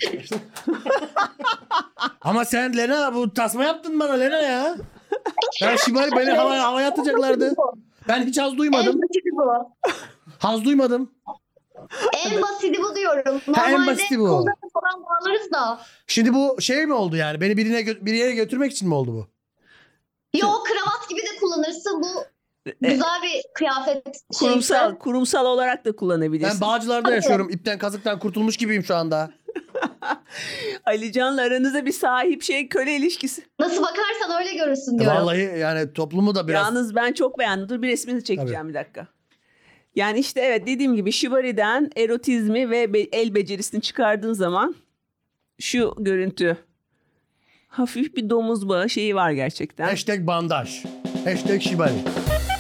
Ama sen Lena bu tasma yaptın bana Lena ya. Ben şibari beni havaya, havaya atacaklardı. Ben hiç haz En duymadım. basiti bu. Haz duymadım. En basiti bu diyorum. Ha, en Normalde basiti bu. kolları falan bağlarız da. Şimdi bu şey mi oldu yani? Beni birine gö- bir yere götürmek için mi oldu bu? Yo, kravat gibi de kullanırsın. Bu güzel bir kıyafet şeysi. Kurumsal kurumsal olarak da kullanabilirsin. Ben Bağcılar'da yaşıyorum. İpten kazıktan kurtulmuş gibiyim şu anda. Ali Can'la aranızda bir sahip şey köle ilişkisi. Nasıl bakarsan öyle görürsün diyorum. Vallahi yani toplumu da biraz... Yalnız ben çok beğendim. Dur bir resmini çekeceğim bir dakika. Yani işte evet dediğim gibi Shibari'den erotizmi ve be- el becerisini çıkardığın zaman şu görüntü. Hafif bir domuz bağı şeyi var gerçekten. Hashtag bandaj. Hashtag şibari.